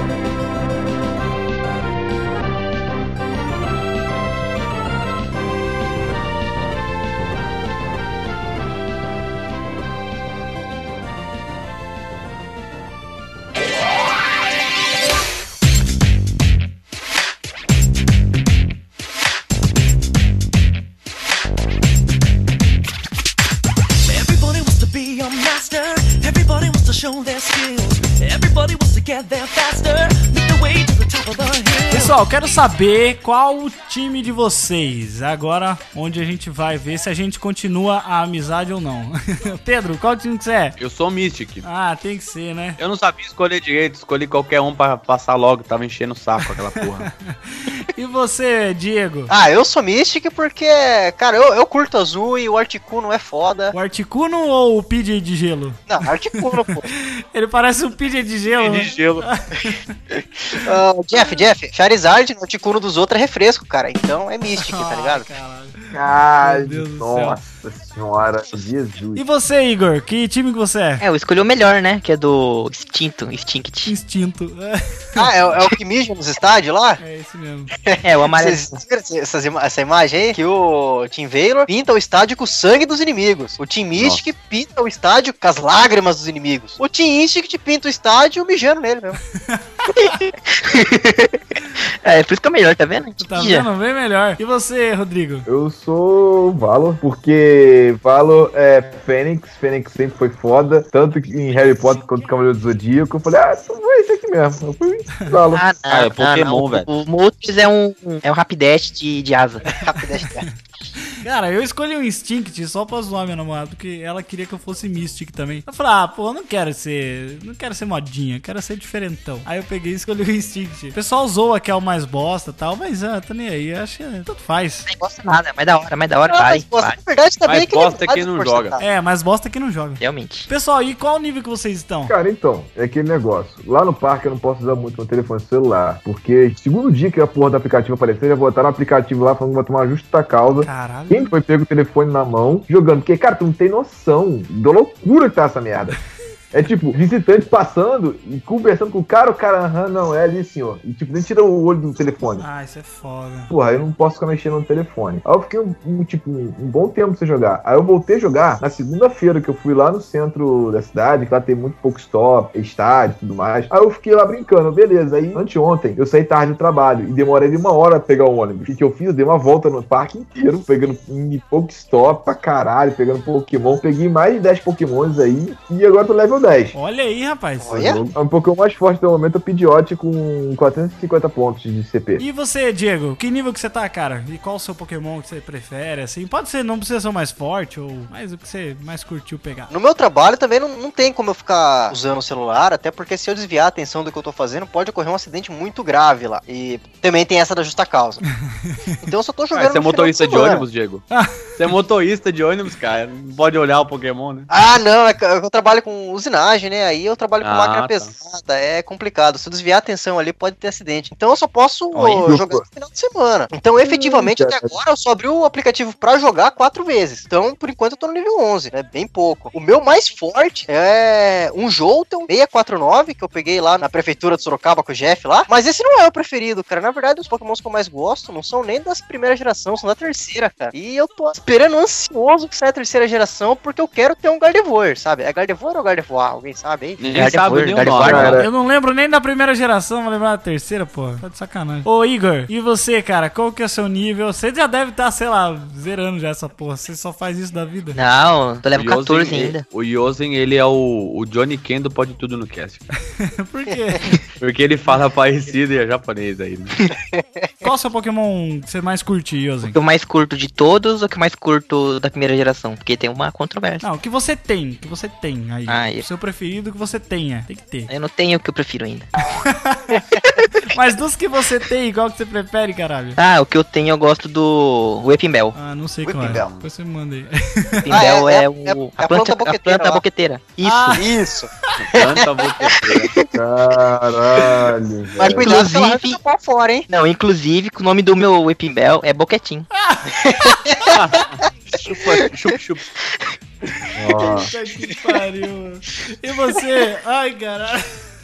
Everybody wants to be a master. Everybody wants to show their skills. Everybody wants to get there faster. Make the way to the top of the hill. Pessoal, quero saber qual o time de vocês. Agora, onde a gente vai ver se a gente continua a amizade ou não. Pedro, qual time que você é? Eu sou Mystic. Ah, tem que ser, né? Eu não sabia escolher direito, escolhi qualquer um pra passar logo, tava enchendo o saco aquela porra. E você, Diego? Ah, eu sou Mystic porque, cara, eu, eu curto azul e o Articuno é foda. O Articuno ou o P J de gelo? Não, Articuno, pô. Ele parece um P J de gelo. De né? gelo. Ah, Jeff, Jeff, Charizard no Articuno dos outros é refresco, cara. Então é Mystic, tá ligado? Caralho. Ai, Meu Deus do céu. nossa senhora, Jesus. E você, Igor? Que time que você é? É, eu escolhi o melhor, né? Que é do Extinto, Instinct. Instinto. Ah, é, é o que mija nos estádios lá? É esse mesmo. É, o amarelo. Vocês viram essas ima- essa imagem aí? Que o Team Valor pinta o estádio com o sangue dos inimigos. O Team Mystic pinta o estádio com as lágrimas dos inimigos. O Team Instinct pinta o estádio mijando nele mesmo. É, por isso que é o melhor, tá vendo? Tá Já. vendo? Bem melhor. E você, Rodrigo? Eu sou Valor, porque Valor é Fênix, Fênix sempre foi foda, tanto que em Harry Potter quanto Cavaleiro do Zodíaco, eu falei, ah, então vai esse aqui mesmo. Eu fui Valor. Ah, não, Ah, é não, Pokémon, não. velho. O, o Moltres é um, é um Rapidash de, de asa. Cara, eu escolhi o Instinct só pra zoar minha namorada, porque ela queria que eu fosse Mystic também. Eu falei, ah, pô, eu não quero ser. Não quero ser modinha, quero ser diferentão. Aí eu peguei e escolhi o Instinct. O pessoal zoa que é o mais bosta e tal, mas ah, tô nem aí, eu acho que tanto faz. Não gosta nada, é mais da hora, mais da hora, Ah, vai, mas, pô, vai. na verdade tá Mas bem bosta é equilibrado quem não o joga. porcentagem. É, mas bosta que não joga. Realmente. Pessoal, e qual nível que vocês estão? Cara, então, é aquele negócio. Lá no parque eu não posso usar muito meu telefone celular, porque segundo dia que a porra do aplicativo aparecer, já botaram o aplicativo lá falando que vai tomar justa causa. Caralho. Quem foi pego o telefone na mão, jogando? Porque, cara, tu não tem noção da loucura que tá essa merda. É tipo, visitante passando e conversando com o cara, o cara, aham, não, é ali, senhor. E tipo, nem tira o olho do telefone. Ah, isso é foda. Porra, eu não posso ficar mexendo no telefone. Aí eu fiquei um, um, tipo, um, um bom tempo sem jogar. Aí eu voltei a jogar na segunda-feira, que eu fui lá no centro da cidade, que lá tem muito pouco stop, estádio e tudo mais. Aí eu fiquei lá brincando, beleza. Aí, anteontem, eu saí tarde do trabalho e demorei uma hora pra pegar o ônibus. O que eu fiz? Eu dei uma volta no parque inteiro, pegando um pouco stop pra caralho, pegando Pokémon. Peguei mais de dez Pokémons aí e agora tô level dez. Olha aí, rapaz. Olha. É um Pokémon mais forte do momento, é o Pidgeot com quatrocentos e cinquenta pontos de C P. E você, Diego? Que nível que você tá, cara? E qual o seu Pokémon que você prefere, assim? Pode ser, não precisa ser o mais forte, ou mais o que você mais curtiu pegar. No meu trabalho também não, não tem como eu ficar usando o celular, até porque se eu desviar a atenção do que eu tô fazendo, pode ocorrer um acidente muito grave lá. E também tem essa da justa causa. Então eu só tô jogando. Ah, você é no final motorista de semana. ônibus, Diego? Você é motorista de ônibus, cara. Não pode olhar o Pokémon, né? Ah, não, é que eu trabalho com usinagem, né? Aí eu trabalho com Ah, máquina tá. pesada, é complicado. Se eu desviar a atenção ali, pode ter acidente. Então eu só posso Olha. ô, jogar no final de semana. Então, efetivamente, Hum, até agora eu só abri o aplicativo pra jogar quatro vezes. Então, por enquanto, eu tô no nível onze, é bem pouco. O meu mais forte é um Jolteon seiscentos e quarenta e nove, que eu peguei lá na prefeitura de Sorocaba com o Jeff lá. Mas esse não é o preferido, cara. Na verdade, os Pokémons que eu mais gosto não são nem das primeiras gerações, são da terceira, cara. E eu tô esperando ansioso que saia a terceira geração, porque eu quero ter um Gardevoir, sabe? É Gardevoir ou Gardevoir? Alguém sabe aí? Ninguém Gardevoir, sabe nem o Gardevoir, nome. cara. Eu não lembro nem da primeira geração, vou lembrar da terceira, pô. Tá de sacanagem. Ô, Igor, e você, cara? Qual que é o seu nível? Você já deve estar, sei lá, zerando já essa porra. Você só faz isso da vida? Não, tô level O Yosen, quatorze ele- ainda. O Yosen, ele é o, o Johnny Ken do Pode Tudo no Cast. Por quê? Porque ele fala parecido e é japonês aí, né? Qual o seu Pokémon que você mais curte, Yosen? O que eu mais curto de todos ou o que eu mais curto da primeira geração? Porque tem uma controvérsia. Não, o que você tem, o que você tem aí. Ah, o eu- seu preferido que você tenha, tem que ter. Eu não tenho o que eu prefiro ainda. Mas dos que você tem, qual que você prefere, caralho? Ah, o que eu tenho eu gosto do Whipping Bell. Ah, não sei Whipping qual é. Bell. Depois você me manda aí. Whipping Ah, Bell é- é, é- o, é- é a a planta, planta a boqueteira planta lá. boqueteira. Isso. Ah, Isso. Tanta boqueteira. Caralho, Mas velho. cuidado que ela Inclusive- arranca pra fora, hein? Não, inclusive, o nome do meu Whipping Bell é Boquetim. Chupa, chupa, chupa. Nossa. puta que pariu, mano. E você? Ai, caralho.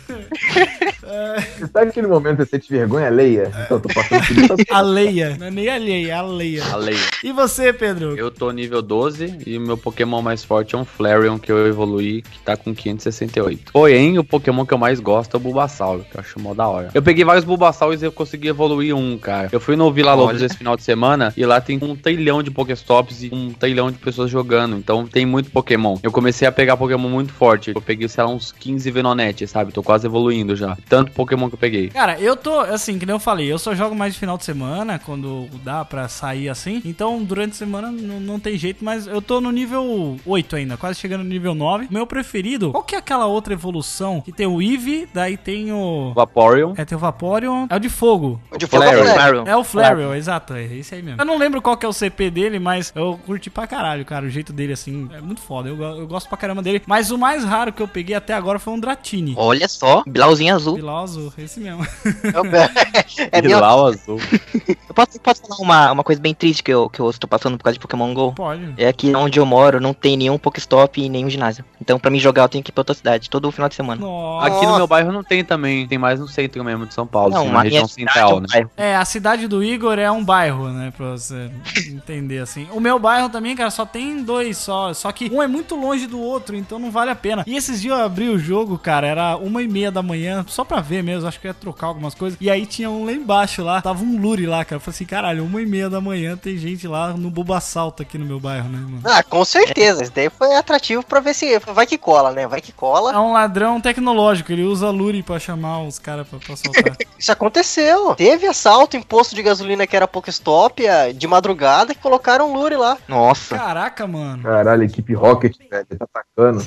Você sabe aquele momento que você sente vergonha alheia? Então, eu tô passando por isso. A Leia. Não é nem alheia, é a Leia. A lei. E você, Pedro? Eu tô nível doze e o meu Pokémon mais forte é um Flareon que eu evoluí, que tá com quinhentos e sessenta e oito. Porém, o Pokémon que eu mais gosto é o Bulbasaur, que eu acho mó da hora. Eu peguei vários Bulbasaurs e eu consegui evoluir um, cara. Eu fui no Vila Lobos Olha. esse final de semana e lá tem um trilhão de Pokéstops e um trilhão de pessoas jogando. Então tem muito Pokémon. Eu comecei a pegar Pokémon muito forte. Eu peguei, sei lá, uns quinze Venonete, sabe? Tô quase evoluindo já. Tanto Pokémon que eu peguei. Cara, eu tô, assim, que nem eu falei, eu só jogo mais de final de semana, quando dá pra sair assim. Então, durante a semana não, não tem jeito, mas eu tô no nível oito ainda, quase chegando no nível nove. Meu preferido, qual que é aquela outra evolução? Que tem o Eevee, daí tem o... Vaporeon. É, tem o Vaporeon, é o de fogo. O de fogo é o Flareon. Flareon. É o Flareon, exato, é esse aí mesmo. Eu não lembro qual que é o C P dele, mas eu curti pra caralho, cara, o jeito dele, assim, é muito foda. Eu, go- eu gosto pra caramba dele. Mas o mais raro que eu peguei até agora foi um Dratini. Olha só, blauzinho azul. Pilar azul, esse mesmo. É minha... Pilau azul. Eu posso, posso falar uma, uma coisa bem triste que eu, que eu estou passando por causa de Pokémon GO? Pode. É que onde eu moro não tem nenhum Pokéstop e nenhum ginásio. Então pra mim jogar eu tenho que ir pra outra cidade, todo final de semana. Nossa. Aqui no meu bairro não tem também. Tem mais no centro mesmo de São Paulo, assim, na a região minha cidade central, é um né? bairro. É, a cidade do Igor é um bairro, né? Pra você entender assim. O meu bairro também, cara, só tem dois só. Só que um é muito longe do outro, então não vale a pena. E esses dias eu abri o jogo, cara, era uma e meia da manhã, só pra ver mesmo. Acho que eu ia trocar algumas coisas. E aí tinha um lá embaixo lá, tava um Lure lá, cara. Eu falei assim, caralho, uma e meia da manhã tem gente lá no Bulbasalto aqui no meu bairro, né, mano? Ah, com certeza. Isso daí foi atrativo pra ver se... Vai que cola, né? Vai que cola. É um ladrão tecnológico, ele usa Lure pra chamar os caras pra, pra soltar. Isso aconteceu. Teve assalto em posto de gasolina que era Pokéstop eh, de madrugada que colocaram um Lure lá. Nossa. Caraca, mano. Caralho, equipe Rocket, velho, tá atacando.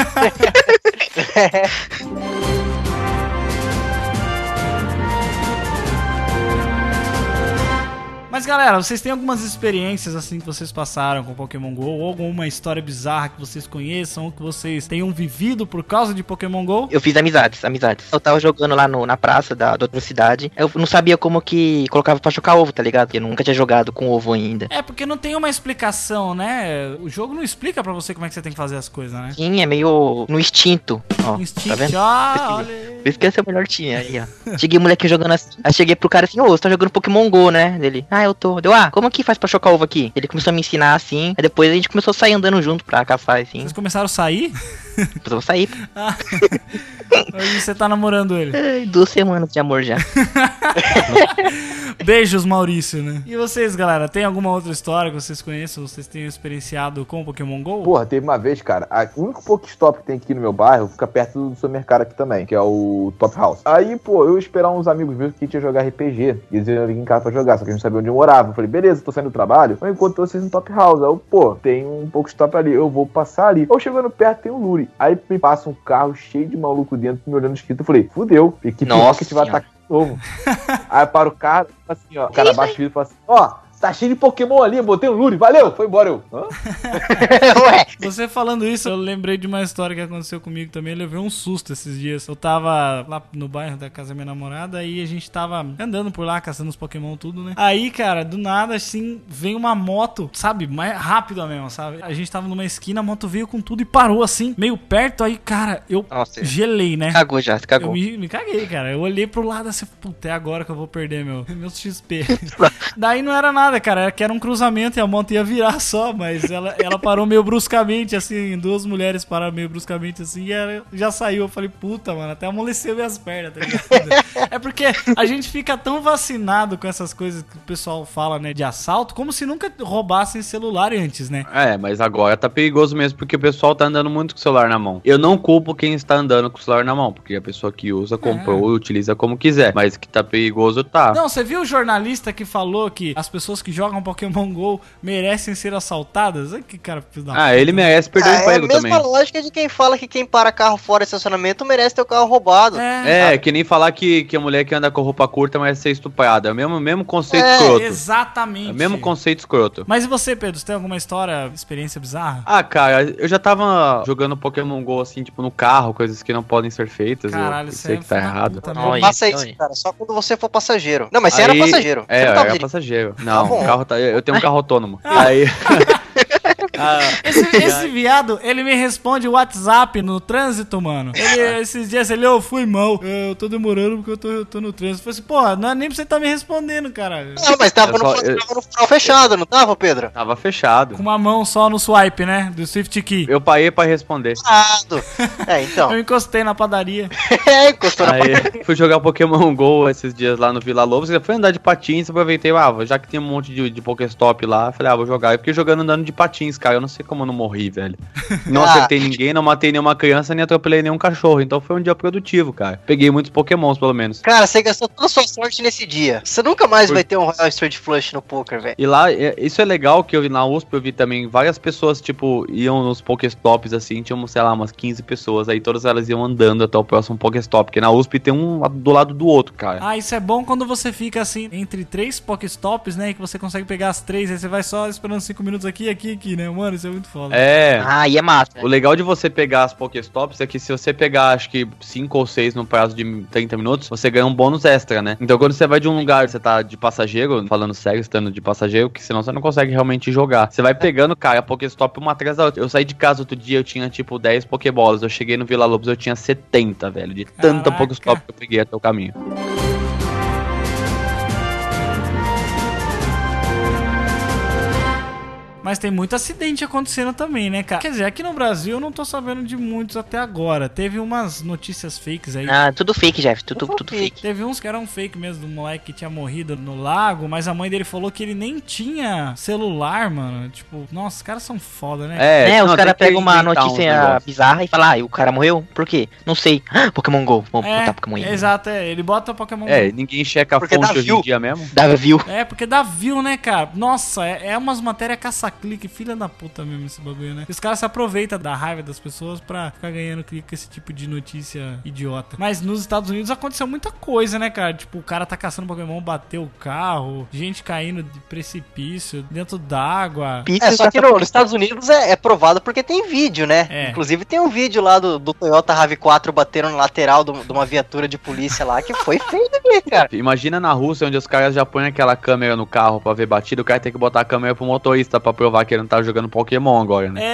Mas galera, vocês têm algumas experiências assim que vocês passaram com Pokémon GO? Ou alguma história bizarra que vocês conheçam, ou que vocês tenham vivido por causa de Pokémon GO? Eu fiz amizades, amizades. Eu tava jogando lá no, na praça da, da outra cidade. Eu não sabia como que colocava pra chocar ovo, tá ligado? Eu nunca tinha jogado com ovo ainda. É, porque não tem uma explicação, né? O jogo não explica pra você como é que você tem que fazer as coisas, né? Sim, é meio no instinto. Ó, Instinto. tá vendo? Ah, Pesquisa. olha aí. Por isso que esse é o melhor time aí, ó. Cheguei moleque jogando assim. Aí cheguei pro cara assim, ô, você tá jogando Pokémon GO, né? Ele, ah, eu tô. Deu, ah, como que faz pra chocar ovo aqui? Ele começou a me ensinar assim. Aí depois a gente começou a sair andando junto pra caçar, assim. Vocês começaram a sair? Depois eu sair. Ah. Hoje você tá namorando ele. Ai, duas semanas de amor já. Beijos, Maurício, né? E vocês, galera, tem alguma outra história que vocês conheçam, vocês tenham experienciado com o Pokémon GO? Porra, teve uma vez, cara, a- o único Pokéstop que tem aqui no meu bairro fica perto do supermercado aqui também, que é o Top House. Aí, pô, eu ia esperar uns amigos meus que tinham jogar R P G. E eles iam vir em casa pra jogar, só que a gente não sabia onde eu morava. Eu falei, beleza, tô saindo do trabalho, eu encontro vocês no Top House. Aí eu, pô, tem um Pokéstop ali, eu vou passar ali. Eu chegando perto, tem um Lure. Aí me passa um carro cheio de maluco dentro, me olhando escrito. Eu falei, fudeu, equipe Nossa Rocket vai Senhora. atacar de novo. Aí para o carro, assim, ó, o cara baixa o vidro e fala assim, ó, tá cheio de Pokémon ali, eu botei um Lure, valeu, foi embora eu. Hã? Ué, Você falando isso, eu lembrei de uma história que aconteceu comigo também. Eu levei um susto esses dias. Eu tava lá no bairro da casa da minha namorada e a gente tava andando por lá, caçando os Pokémon tudo, né? Aí, cara, do nada, assim, vem uma moto, sabe? Mais rápida mesmo, sabe? A gente tava numa esquina, a moto veio com tudo e parou, assim, meio perto. Aí, cara, eu Nossa. gelei, né? Cagou já, você Eu cagou. me, me caguei, cara. Eu olhei pro lado assim, puta, é agora que eu vou perder meu, meu X P. Daí não era nada. nada, cara. Era que era um cruzamento e a moto ia virar só, mas ela, ela parou meio bruscamente, assim, duas mulheres pararam meio bruscamente, assim, e ela já saiu. Eu falei, puta, mano, até amoleceu minhas pernas, tá ligado? É porque a gente fica tão vacinado com essas coisas que o pessoal fala, né, de assalto, como se nunca roubassem celular antes, né? É, mas agora tá perigoso mesmo, porque o pessoal tá andando muito com o celular na mão. Eu não culpo quem está andando com o celular na mão, porque a pessoa que usa, comprou e utiliza como quiser, mas que tá perigoso, tá. Não, você viu o jornalista que falou que as pessoas que jogam Pokémon GO merecem ser assaltadas? Ai, que cara filho da Ah, ele merece perder Ah, o é a emprego mesma também. lógica de quem fala que quem para carro fora de estacionamento merece ter o carro roubado. É, que nem falar que, que a mulher que anda com roupa curta merece ser estuprada. É o mesmo, mesmo conceito É, escroto. Exatamente. É o mesmo conceito escroto. Mas e você, Pedro? Você tem alguma história, experiência bizarra? Ah, cara, eu já tava jogando Pokémon GO, assim, tipo, no carro, coisas que não podem ser feitas. Caralho, eu isso sei é que tá filho da errado. puta, Não né? faça isso, isso, aí. cara. Só quando você for passageiro. Não, mas você Aí- era passageiro. É, Você eu não tava era dirigindo. passageiro. Não, bom. o carro tá, eu tenho um carro autônomo. Aí... Ah, Esse, esse viado, ele me responde WhatsApp no trânsito, mano. Ele, esses dias ele, eu fui mal. Eu tô demorando porque eu tô, eu tô no trânsito. Eu falei assim, porra, não é nem pra você tá me respondendo, caralho. Não, mas tava Eu no, só- eu- tava no farol fechado, não tava, Pedro? tava fechado. Com uma mão só no swipe, né? Do Swift Key. Eu parei pra responder. Fechado. É, então. Eu encostei na padaria. É, encostou na Aí fui jogar Pokémon GO esses dias lá no Vila Lobos. Eu fui andar de patins, aproveitei, ah, já que tem um monte de, de Pokéstop lá, falei, ah, vou jogar. Eu fiquei jogando andando de patins, cara. Eu não sei como eu não morri, velho. Não Ah. acertei ninguém, não matei nenhuma criança, nem atropelei nenhum cachorro. Então foi um dia produtivo, cara. Peguei muitos Pokémons, pelo menos. Cara, você gastou toda a sua sorte nesse dia. Você nunca mais Por- vai ter um Royal Straight Flush no poker, velho. E lá, é- isso é legal que eu vi na U S P, eu vi também várias pessoas, tipo, iam nos Pokéstops, assim, tinham, sei lá, umas quinze pessoas, aí todas elas iam andando até o próximo Pokéstop, porque na U S P tem um do lado do outro, cara. Ah, isso é bom quando você fica assim, entre três Pokéstops, né? E que você consegue pegar as três, aí você vai só esperando cinco minutos aqui, aqui, aqui, né? Mano, isso é muito foda. É. Ah, e é massa. O legal de você pegar as Pokéstops é que se você pegar, acho que cinco ou seis no prazo de trinta minutos, você ganha um bônus extra, né? Então quando você vai de um lugar, você tá de passageiro, falando sério, estando de passageiro, que senão você não consegue realmente jogar. Você vai pegando, cara, a Pokéstop uma atrás da outra. Eu saí de casa outro dia, eu tinha tipo dez Pokébolas. Eu cheguei no Vila Lobos, eu tinha setenta, velho. De tanta Caraca. Pokéstop que eu peguei até o caminho. Mas tem muito acidente acontecendo também, né, cara? Quer dizer, aqui no Brasil eu não tô sabendo de muitos até agora. Teve umas notícias fakes aí. Ah, tudo fake, Jeff. Tudo, Tudo tudo fake. fake. Teve uns que eram fake mesmo, do moleque que tinha morrido no lago, mas a mãe dele falou que ele nem tinha celular, mano. Tipo, nossa, os caras são foda, né? É, É, não, os tem caras que pegam uma inventar uns notícia negócios. bizarra e falam, ah, e o cara morreu? Por quê? Não sei. Ah, Pokémon GO. Vamos É, botar Pokémon aí. exato, é. Ele bota Pokémon É, Go. ninguém checa a Porque dá fonte hoje view. em dia mesmo. Dava view. É, porque dá view, né, cara? Nossa, é, é umas matérias caça-clique, filha da puta mesmo esse bagulho, né? Os caras se aproveitam da raiva das pessoas pra ficar ganhando clique com esse tipo de notícia idiota. Mas nos Estados Unidos aconteceu muita coisa, né, cara? Tipo, o cara tá caçando Pokémon, bateu o carro, gente caindo de precipício, dentro d'água. É, só que no- nos Estados Unidos é, é provado porque tem vídeo, né? É. Inclusive tem um vídeo lá do, do Toyota RAV quatro batendo na lateral do- de uma viatura de polícia lá, que foi feio de ver, cara. Imagina na Rússia, onde os caras já põem aquela câmera no carro pra ver batida, o cara tem que botar a câmera pro motorista pra provar que ele não tá jogando Pokémon agora, né?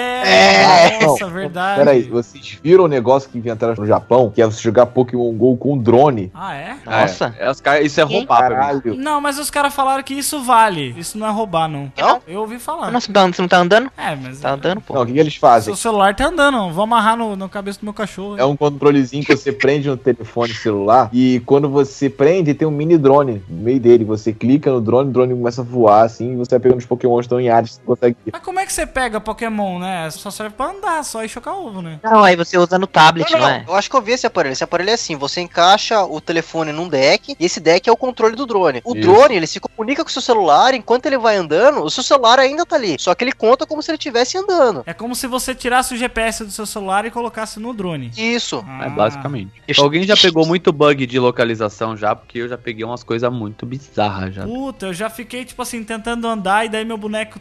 É, Não, nossa, verdade. Peraí, vocês viram o negócio que inventaram no Japão? Que é você jogar Pokémon GO com drone? Ah, é? Nossa. É, é os caras, isso é roubar pra mim. Caralho. Não, mas os caras falaram que isso vale. Isso não é roubar, não. Não? Eu ouvi falar. Nossa, então você não tá andando? É, mas... Tá andando, pô. Não, o que, que eles fazem? Seu celular tá andando, vou amarrar no, na cabeça do meu cachorro. É um controlezinho que você prende no telefone celular e quando você prende, tem um mini drone no meio dele. Você clica no drone, o drone começa a voar assim e você vai pegando os Pokémon que estão em áreas que você consegue ir. Mas como é que você pega Pokémon, né? Só serve pra andar, só ir chocar ovo, né? Não, aí você usa no tablet, não, é? Eu acho que eu vi esse aparelho. Esse aparelho é assim, você encaixa o telefone num deck e esse deck é o controle do drone. O Isso. drone, ele se comunica com o seu celular, enquanto ele vai andando, o seu celular ainda tá ali. Só que ele conta como se ele estivesse andando. É como se você tirasse o G P S do seu celular e colocasse no drone. Isso. Ah. É, basicamente. Eu- Alguém já pegou muito bug de localização já, porque eu já peguei umas coisas muito bizarras já. Puta, eu já fiquei, tipo assim, tentando andar e daí meu boneco tá lá atrás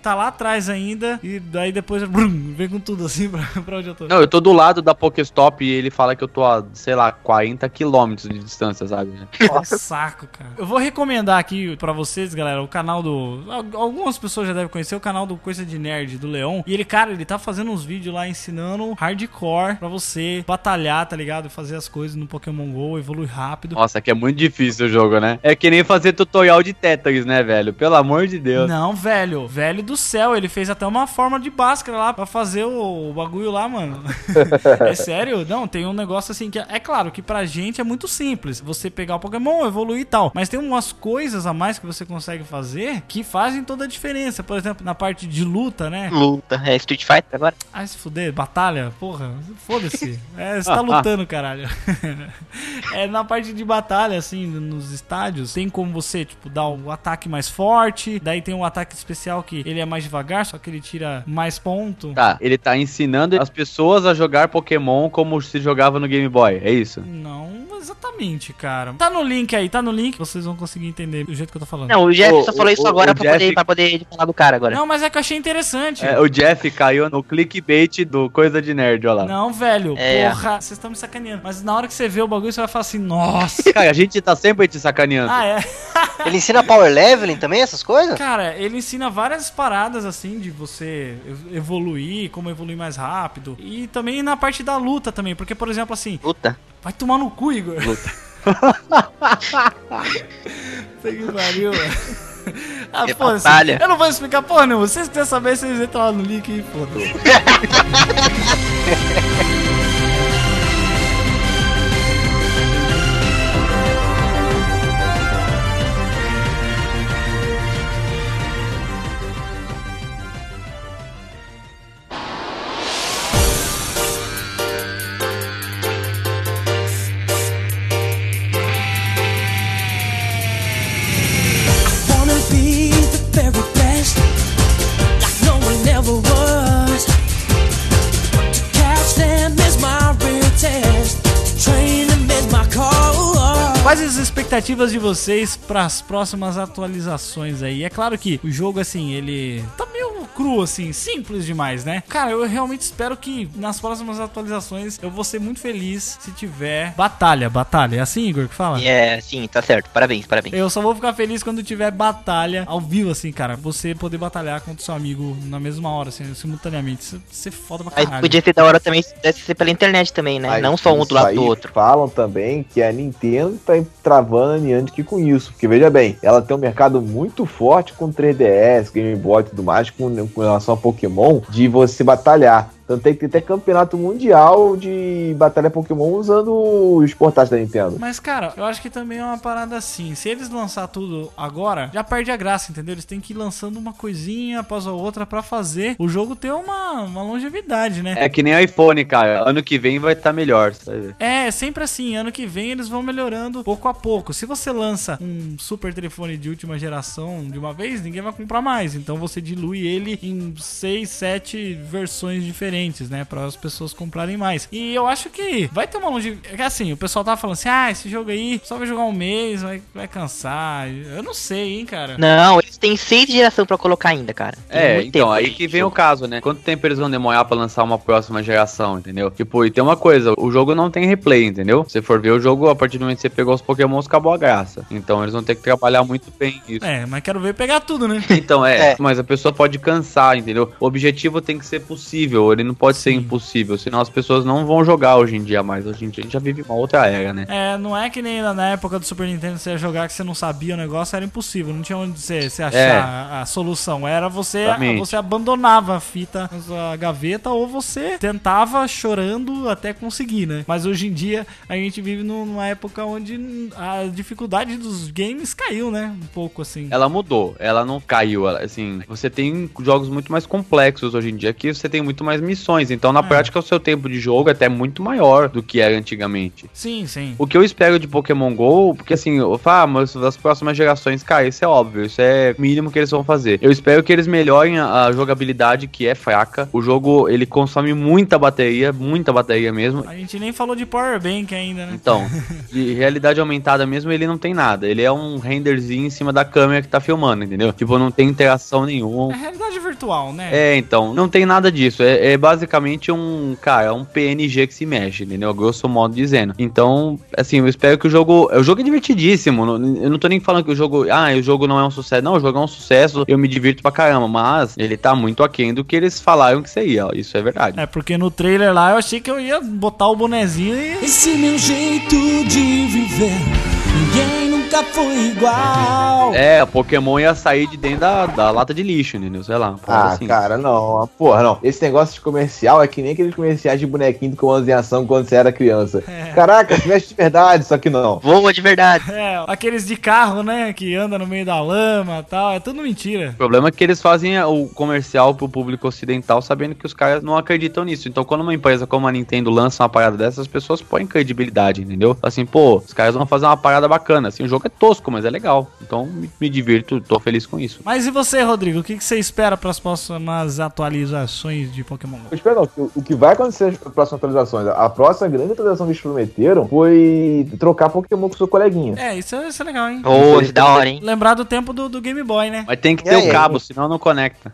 atrás ainda, e daí depois brum, vem com tudo assim pra, pra onde eu tô. Não, eu tô do lado da Pokéstop e ele fala que eu tô a, sei lá, quarenta quilômetros de distância, sabe? Nossa, saco, cara. Eu vou recomendar aqui pra vocês, galera, o canal do... Algumas pessoas já devem conhecer o canal do Coisa de Nerd, do Leon. E ele, cara, ele tá fazendo uns vídeos lá ensinando hardcore pra você batalhar, tá ligado? Fazer as coisas no Pokémon GO, evoluir rápido. Nossa, que é muito difícil o jogo, né? É que nem fazer tutorial de Tetris, né, velho? Pelo amor de Deus. Não, velho. Velho do céu. Ele fez até uma forma de Bhaskara lá pra fazer o, o bagulho lá, mano. É sério? Não, tem um negócio assim que... É, é claro que pra gente é muito simples. Você pegar o Pokémon, evoluir e tal. Mas tem umas coisas a mais que você consegue fazer que fazem toda a diferença. Por exemplo, na parte de luta, né? Luta. É Street Fighter agora? Ah, se fuder. Batalha? Porra. Foda-se. É, você tá lutando, caralho. É, na parte de batalha, assim, nos estádios, tem como você, tipo, dar o ataque mais forte. Daí tem um ataque especial que ele é mais devagar, só que ele tira mais ponto. Tá, ele tá ensinando as pessoas a jogar Pokémon como se jogava no Game Boy, é isso? Não exatamente, cara. Tá no link aí, tá no link. Vocês vão conseguir entender do jeito que eu tô falando. Não, o Jeff O- só falou o- isso o- agora o pra, Jeff- poder, pra poder falar do cara agora. Não, mas é que eu achei interessante. É, o Jeff caiu no clickbait do Coisa de Nerd, olha lá. Não, velho, É. porra, vocês estão me sacaneando. Mas na hora que você vê o bagulho, você vai falar assim, nossa. Cara, a gente tá sempre te sacaneando. Ah, é? Ele ensina power leveling também, essas coisas? Cara, ele ensina várias paradas assim de você ev- evoluir, como evoluir mais rápido. E também na parte da luta também, porque, por exemplo, assim, Luta. vai tomar no cu, Igor. Luta. Puta que pariu, velho. Ah, É foda-se. batalha. Eu não vou explicar porra nenhuma. Se vocês quiserem saber, vocês entram lá no link e foda-se. Wanna be the very best, like no one ever was. To catch them is my real test. To train them is my call. Quais as expectativas de vocês para as próximas atualizações aí? É claro que o jogo, assim, ele tá meio cru, assim, simples demais, né? Cara, eu realmente espero que nas próximas atualizações eu vou ser muito feliz se tiver batalha, batalha. É assim, Igor, que fala? É, sim, tá certo. Parabéns, parabéns. Eu só vou ficar feliz quando tiver batalha ao vivo, assim, cara. Você poder batalhar contra o seu amigo na mesma hora, assim, simultaneamente. Isso isso é foda pra Mas caralho. podia ser da hora também se pudesse ser pela internet também, né? Mas Não só um do isso lado aí do outro. Falam também que a Nintendo tá travando a Niantic com isso. Porque veja bem, ela tem um mercado muito forte com três D S, Game Boy e tudo mais, com, com relação a Pokémon, de você batalhar. Então tem que ter até campeonato mundial de batalha Pokémon usando os portais da Nintendo. Mas, cara, eu acho que também é uma parada assim. Se eles lançar tudo agora, já perde a graça, entendeu? Eles têm que ir lançando uma coisinha após a outra pra fazer o jogo ter uma, uma longevidade, né? É que nem iPhone, cara. Ano que vem vai estar melhor, sabe? É, é sempre assim. Ano que vem eles vão melhorando pouco a pouco. Se você lança um super telefone de última geração de uma vez, ninguém vai comprar mais. Então você dilui ele em seis, sete versões diferentes, né, para as pessoas comprarem mais. E eu acho que vai ter uma longevidade. Assim, o pessoal tava falando assim: ah, esse jogo aí só vai jogar um mês, vai, vai cansar. Eu não sei, hein, cara. Não, eles têm seis gerações pra colocar ainda, cara. Tem É, muito então, tempo aí de que vem jogo. o caso, né? Quanto tempo eles vão demorar pra lançar uma próxima geração, entendeu? Tipo, e tem uma coisa, o jogo não tem replay, entendeu? Se for ver o jogo, a partir do momento que você pegou os Pokémons, acabou a graça. Então eles vão ter que trabalhar muito bem isso. É, mas quero ver pegar tudo, né? Então, é, É. mas a pessoa pode cansar, entendeu? O objetivo tem que ser possível, ele não pode ser Sim. impossível, senão as pessoas não vão jogar hoje em dia mais. Hoje em dia a gente já vive uma outra era, né? É, não é que nem na- na época do Super Nintendo você ia jogar que você não sabia o negócio, era impossível, não tinha onde você, você achar É. a, a solução. Era você, Exatamente. você abandonava a fita na sua gaveta ou você tentava chorando até conseguir, né? Mas hoje em dia a gente vive num- numa época onde a dificuldade dos games caiu, né? Um pouco assim. Ela mudou, ela não caiu, ela, assim, você tem jogos muito mais complexos hoje em dia, que você tem muito mais missões. Então, na É. prática, o seu tempo de jogo é até muito maior do que era antigamente. Sim, sim. O que eu espero de Pokémon GO, porque assim, eu falo, ah, mas das próximas gerações, cara, isso é óbvio, isso é o mínimo que eles vão fazer. Eu espero que eles melhorem a, a jogabilidade, que é fraca. O jogo, ele consome muita bateria, muita bateria mesmo. A gente nem falou de Power Bank ainda, né? Então, de realidade aumentada mesmo, ele não tem nada. Ele é um renderzinho em cima da câmera que tá filmando, entendeu? Tipo, não tem interação nenhuma. É realidade virtual, né? É, então, não tem nada disso. É, é basicamente um, cara, um P N G que se mexe, entendeu? Grosso modo dizendo. Então, assim, eu espero que o jogo... O jogo é divertidíssimo. Eu não tô nem falando que o jogo... Ah, o jogo não é um sucesso. Não, o jogo é um sucesso. Eu me divirto pra caramba. Mas ele tá muito aquém do que eles falaram que seria. Ó, isso é verdade. É, porque no trailer lá eu achei que eu ia botar o bonezinho e... Esse meu jeito de viver, ninguém nunca foi igual. É, o Pokémon ia sair de dentro da, da lata de lixo, entendeu? Sei lá. Ah, assim. cara, não. Porra, não. Esse negócio de comercial é que nem aqueles comerciais de bonequinho do Comandos em Ação quando você era criança. É. Caraca, se mexe de verdade, só que não. Voa de verdade. É, aqueles de carro, né, que anda no meio da lama e tal, é tudo mentira. O problema é que eles fazem o comercial pro público ocidental sabendo que os caras não acreditam nisso. Então, quando uma empresa como a Nintendo lança uma parada dessas, as pessoas põem credibilidade, entendeu? Assim, pô, os caras vão fazer uma parada bacana. Assim, o jogo é tosco, mas é legal. Então, me, me divirto, tô feliz com isso. Mas e você, Rodrigo? O que, que você espera para as próximas atualizações de Pokémon GO? Eu espero não, que o, o que vai acontecer nas próximas atualizações, a próxima grande atualização que eles prometeram foi trocar Pokémon com seu coleguinha. É, isso, é- isso é legal, hein? Ô, da hora, hein? Lembrar do tempo do, do Game Boy, né? Mas tem que E ter aí? o cabo, senão não conecta.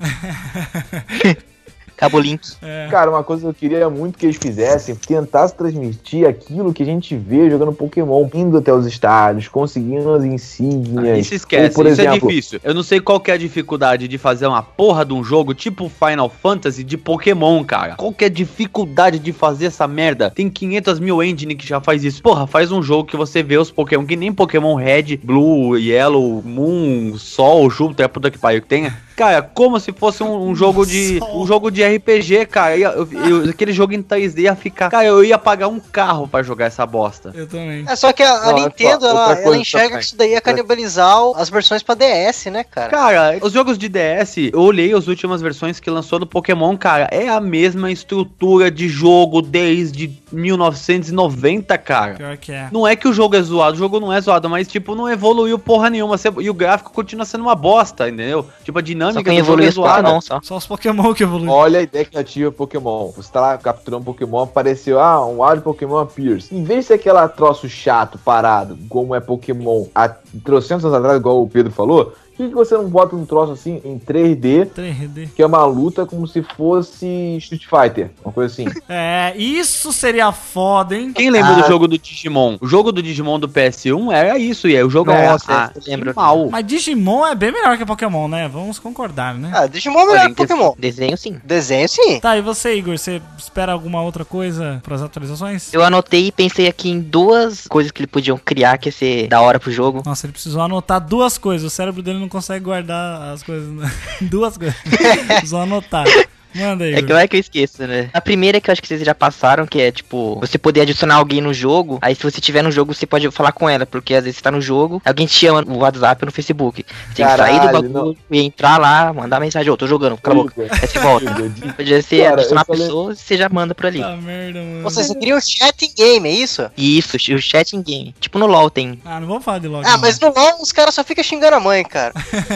Cabo Link. É. Cara, uma coisa que eu queria muito que eles fizessem, tentassem transmitir aquilo que a gente vê jogando Pokémon, indo até os estádios, conseguindo as insígnias. Isso esquece, Ou, por isso é exemplo, difícil. Eu não sei qual que é a dificuldade de fazer uma porra de um jogo tipo Final Fantasy de Pokémon, cara. Qual que é a dificuldade de fazer essa merda? Tem quinhentas mil engine que já faz isso. Porra, faz um jogo que você vê os Pokémon, que nem Pokémon Red, Blue, Yellow, Moon, Sol, Júpiter, puta que pariu que tenha. Cara, como se fosse um, um jogo de um jogo de R P G, cara. Eu, eu, eu, aquele jogo em três D ia ficar... Cara, eu ia pagar um carro pra jogar essa bosta. Eu também. É só que a, a Não, Nintendo, outra ela, coisa ela enxerga também. que isso daí ia canibalizar as versões pra D S, né, cara? Cara, os jogos de D S, eu olhei as últimas versões que lançou do Pokémon, cara, é a mesma estrutura de jogo desde mil novecentos e noventa, cara. Pior que é. Não é que o jogo é zoado, o jogo não é zoado, mas, tipo, não evoluiu porra nenhuma. Você- E o gráfico continua sendo uma bosta, entendeu? Tipo, a Só dinâmica quem do jogo evoluiu é os zoada. Pokémon só. Só os Pokémon que evoluem. olha a ideia criativa Pokémon. Você tá lá capturando Pokémon, apareceu, ah, um áudio Pokémon appears. Em vez de ser aquela troço chato, parado, como é Pokémon há trocentos anos atrás, igual o Pedro falou, por que que você não bota um troço assim em três D, três D. que é uma luta como se fosse Street Fighter, uma coisa assim? É, isso seria foda, hein? Quem lembra Ah. do jogo do Digimon? O jogo do Digimon do P S um era isso, e aí o jogo Nossa, era eu lembro. mal. Mas Digimon é bem melhor que Pokémon, né? Vamos concordar, né? Ah, Digimon é melhor Olha, que Pokémon. Desenho sim. Desenho, sim. Tá, e você, Igor? Você espera alguma outra coisa pras atualizações? Eu anotei e pensei aqui em duas coisas que eles podiam criar que ia ser da hora pro jogo. Nossa, ele precisou anotar duas coisas. O cérebro dele não consegue guardar as coisas. né? Duas coisas. Precisou anotar. Manda aí. É que não é que eu esqueço, né? A primeira que eu acho que vocês já passaram, que é tipo, você poder adicionar alguém no jogo, aí se você tiver no jogo, você pode falar com ela, porque às vezes você tá no jogo, alguém te chama no WhatsApp ou no Facebook. Você tem que sair do Caralho, bagulho não. e entrar lá, mandar mensagem, ô, tô jogando, cala a boca. Igor, Aí você volta. Igor, Podia ser Cara, adicionar eu falei- pessoas e você já manda por ali. Puta merda, mano. Ou seja, você cria um chat em game, é isso? E isso, o chat em game. Tipo no LoL tem. Ah, não vamos falar de logo. Ah, mas no LoL os caras só ficam xingando a mãe, cara.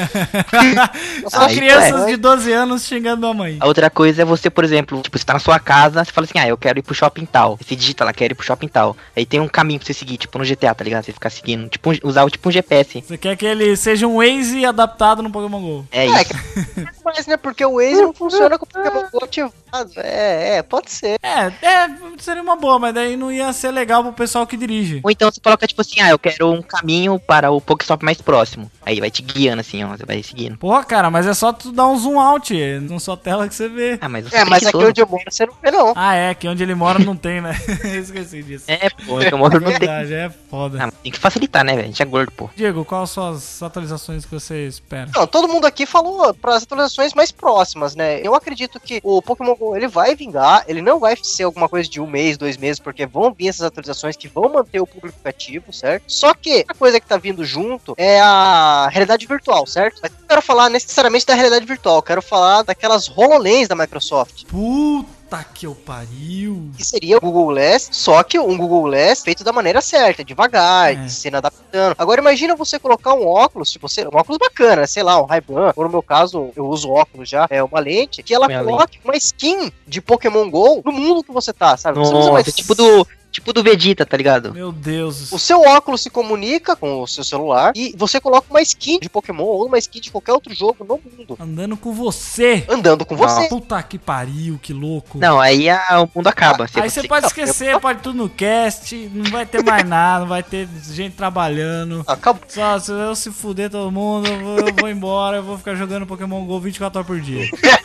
Só Aí, crianças é. de doze anos xingando a mãe. A outra coisa é você, por exemplo, tipo, você tá na sua casa, você fala assim, ah, eu quero ir pro shopping tal. Você digita lá, quero ir pro shopping tal. Aí tem um caminho pra você seguir, tipo no G T A, tá ligado? Você ficar seguindo, tipo, um- usar o tipo um G P S. Você quer que ele seja um Waze adaptado no Pokémon GO. É É, isso. mas né, porque o Waze não funciona com o Pokémon Go ativado. É, é, pode ser. É, é, seria uma boa, mas daí não ia ser legal pro pessoal que dirige. Ou então você coloca, tipo assim, ah, eu quero um caminho para o Pokéstop mais próximo. Aí vai te guiando assim, ó, você vai seguindo. Porra, cara, mas é só tu dar um zoom out na sua tela que você vê. Ah, mas você É, mas aqui onde eu moro você não vê, não. Ah, é, que onde ele mora não tem, né? Esqueci disso. É, pô, eu moro no tem. Verdade, é foda. Ah, mas tem que facilitar, né, velho? A gente é gordo, pô. Diego, quais são as atualizações que você espera? Não, todo mundo aqui falou para as atualizações mais próximas, né? Eu acredito que o Pokémon Go ele vai vingar, ele não vai ser alguma coisa de um mês, dois meses, porque vão vir essas atualizações que vão manter o público cativo, certo? Só que a coisa que tá vindo junto é a realidade virtual, certo? Mas eu não quero falar necessariamente da realidade virtual, eu quero falar daquelas HoloLens da Microsoft. Puta Puta que eu pariu. Que seria o Google Glass, só que um Google Glass feito da maneira certa, devagar, É. sendo adaptando. Agora imagina você colocar um óculos, tipo, você, um óculos bacana, sei lá, um Ray-Ban, ou no meu caso, eu uso óculos já, é uma lente, que ela Minha coloque uma skin de Pokémon GO no mundo que você tá, sabe? Você não usa mais- Nossa, tipo do, tipo do Vegeta, tá ligado? Meu Deus. O seu óculos se comunica com o seu celular e você coloca uma skin de Pokémon ou uma skin de qualquer outro jogo no mundo, Andando com você. andando com você. Puta que pariu, que louco. Não, aí a- o mundo acaba. Se Aí você pode esquecer, pode tudo no cast, não vai ter mais nada, não vai ter gente trabalhando. Acabou. Só se eu se fuder todo mundo, eu vou, eu vou embora, eu vou ficar jogando Pokémon GO vinte e quatro horas por dia.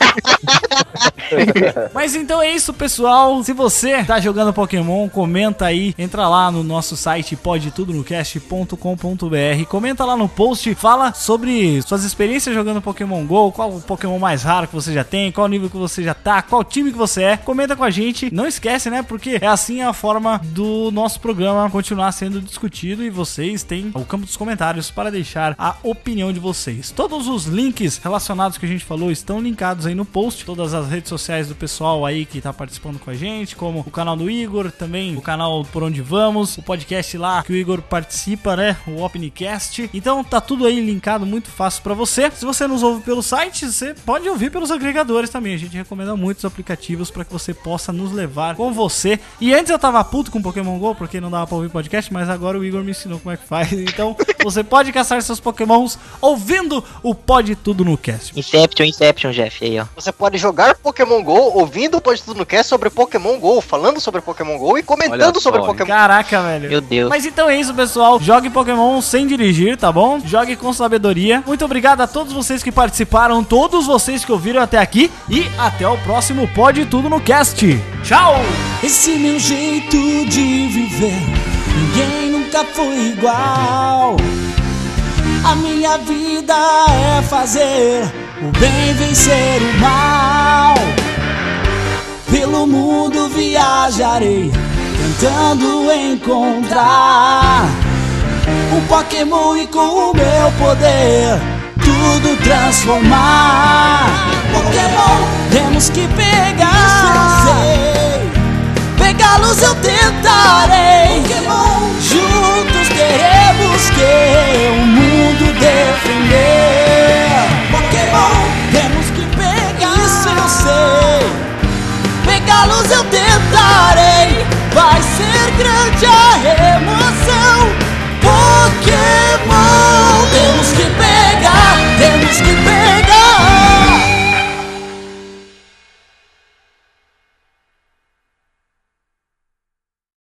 Mas então é isso, pessoal. Se você tá jogando Pokémon, comenta aí, entra lá no nosso site pode tudo no cast ponto com ponto b r, comenta lá no post, fala sobre suas experiências jogando Pokémon GO, qual o Pokémon mais raro que você já tem, qual nível que você já tá, qual time que você é. Comenta com a gente, não esquece, né, porque é assim a forma do nosso programa continuar sendo discutido e vocês têm o campo dos comentários para deixar a opinião de vocês. Todos os links relacionados que a gente falou estão linkados aí no post, todas as redes sociais do pessoal aí que tá participando com a gente, como o canal do Igor, também o canal Por Onde Vamos, o podcast lá que o Igor participa, né, o Opnicast. Então tá tudo aí linkado, muito fácil pra você. Se você nos ouve pelo site, você pode ouvir pelos agregadores também. A gente recomenda muitos aplicativos pra que você possa nos levar com você. E antes eu tava puto com Pokémon GO, porque não dava pra ouvir podcast, mas agora o Igor me ensinou como é que faz. Então você pode caçar seus Pokémons ouvindo o Pode Tudo no Cast. Inception, Inception, Jeff, aí, ó. Você pode jogar Pokémon GO ouvindo o Pode Tudo no Cast sobre Pokémon GO, falando sobre Pokémon GO e comentando Olha sobre só, Pokémon. Caraca, velho. Meu Deus. Mas então é isso, pessoal. Jogue Pokémon sem dirigir, tá bom? Jogue com sabedoria. Muito obrigado a todos vocês que participaram, todos vocês que ouviram até aqui. E até o próximo Pode Tudo no Cast. Tchau! Esse meu jeito de viver, ninguém nunca foi igual. A minha vida é fazer o bem vencer o mal. Pelo mundo viajarei, tentando encontrar um Pokémon e com o meu poder tudo transformar. Pokémon, temos que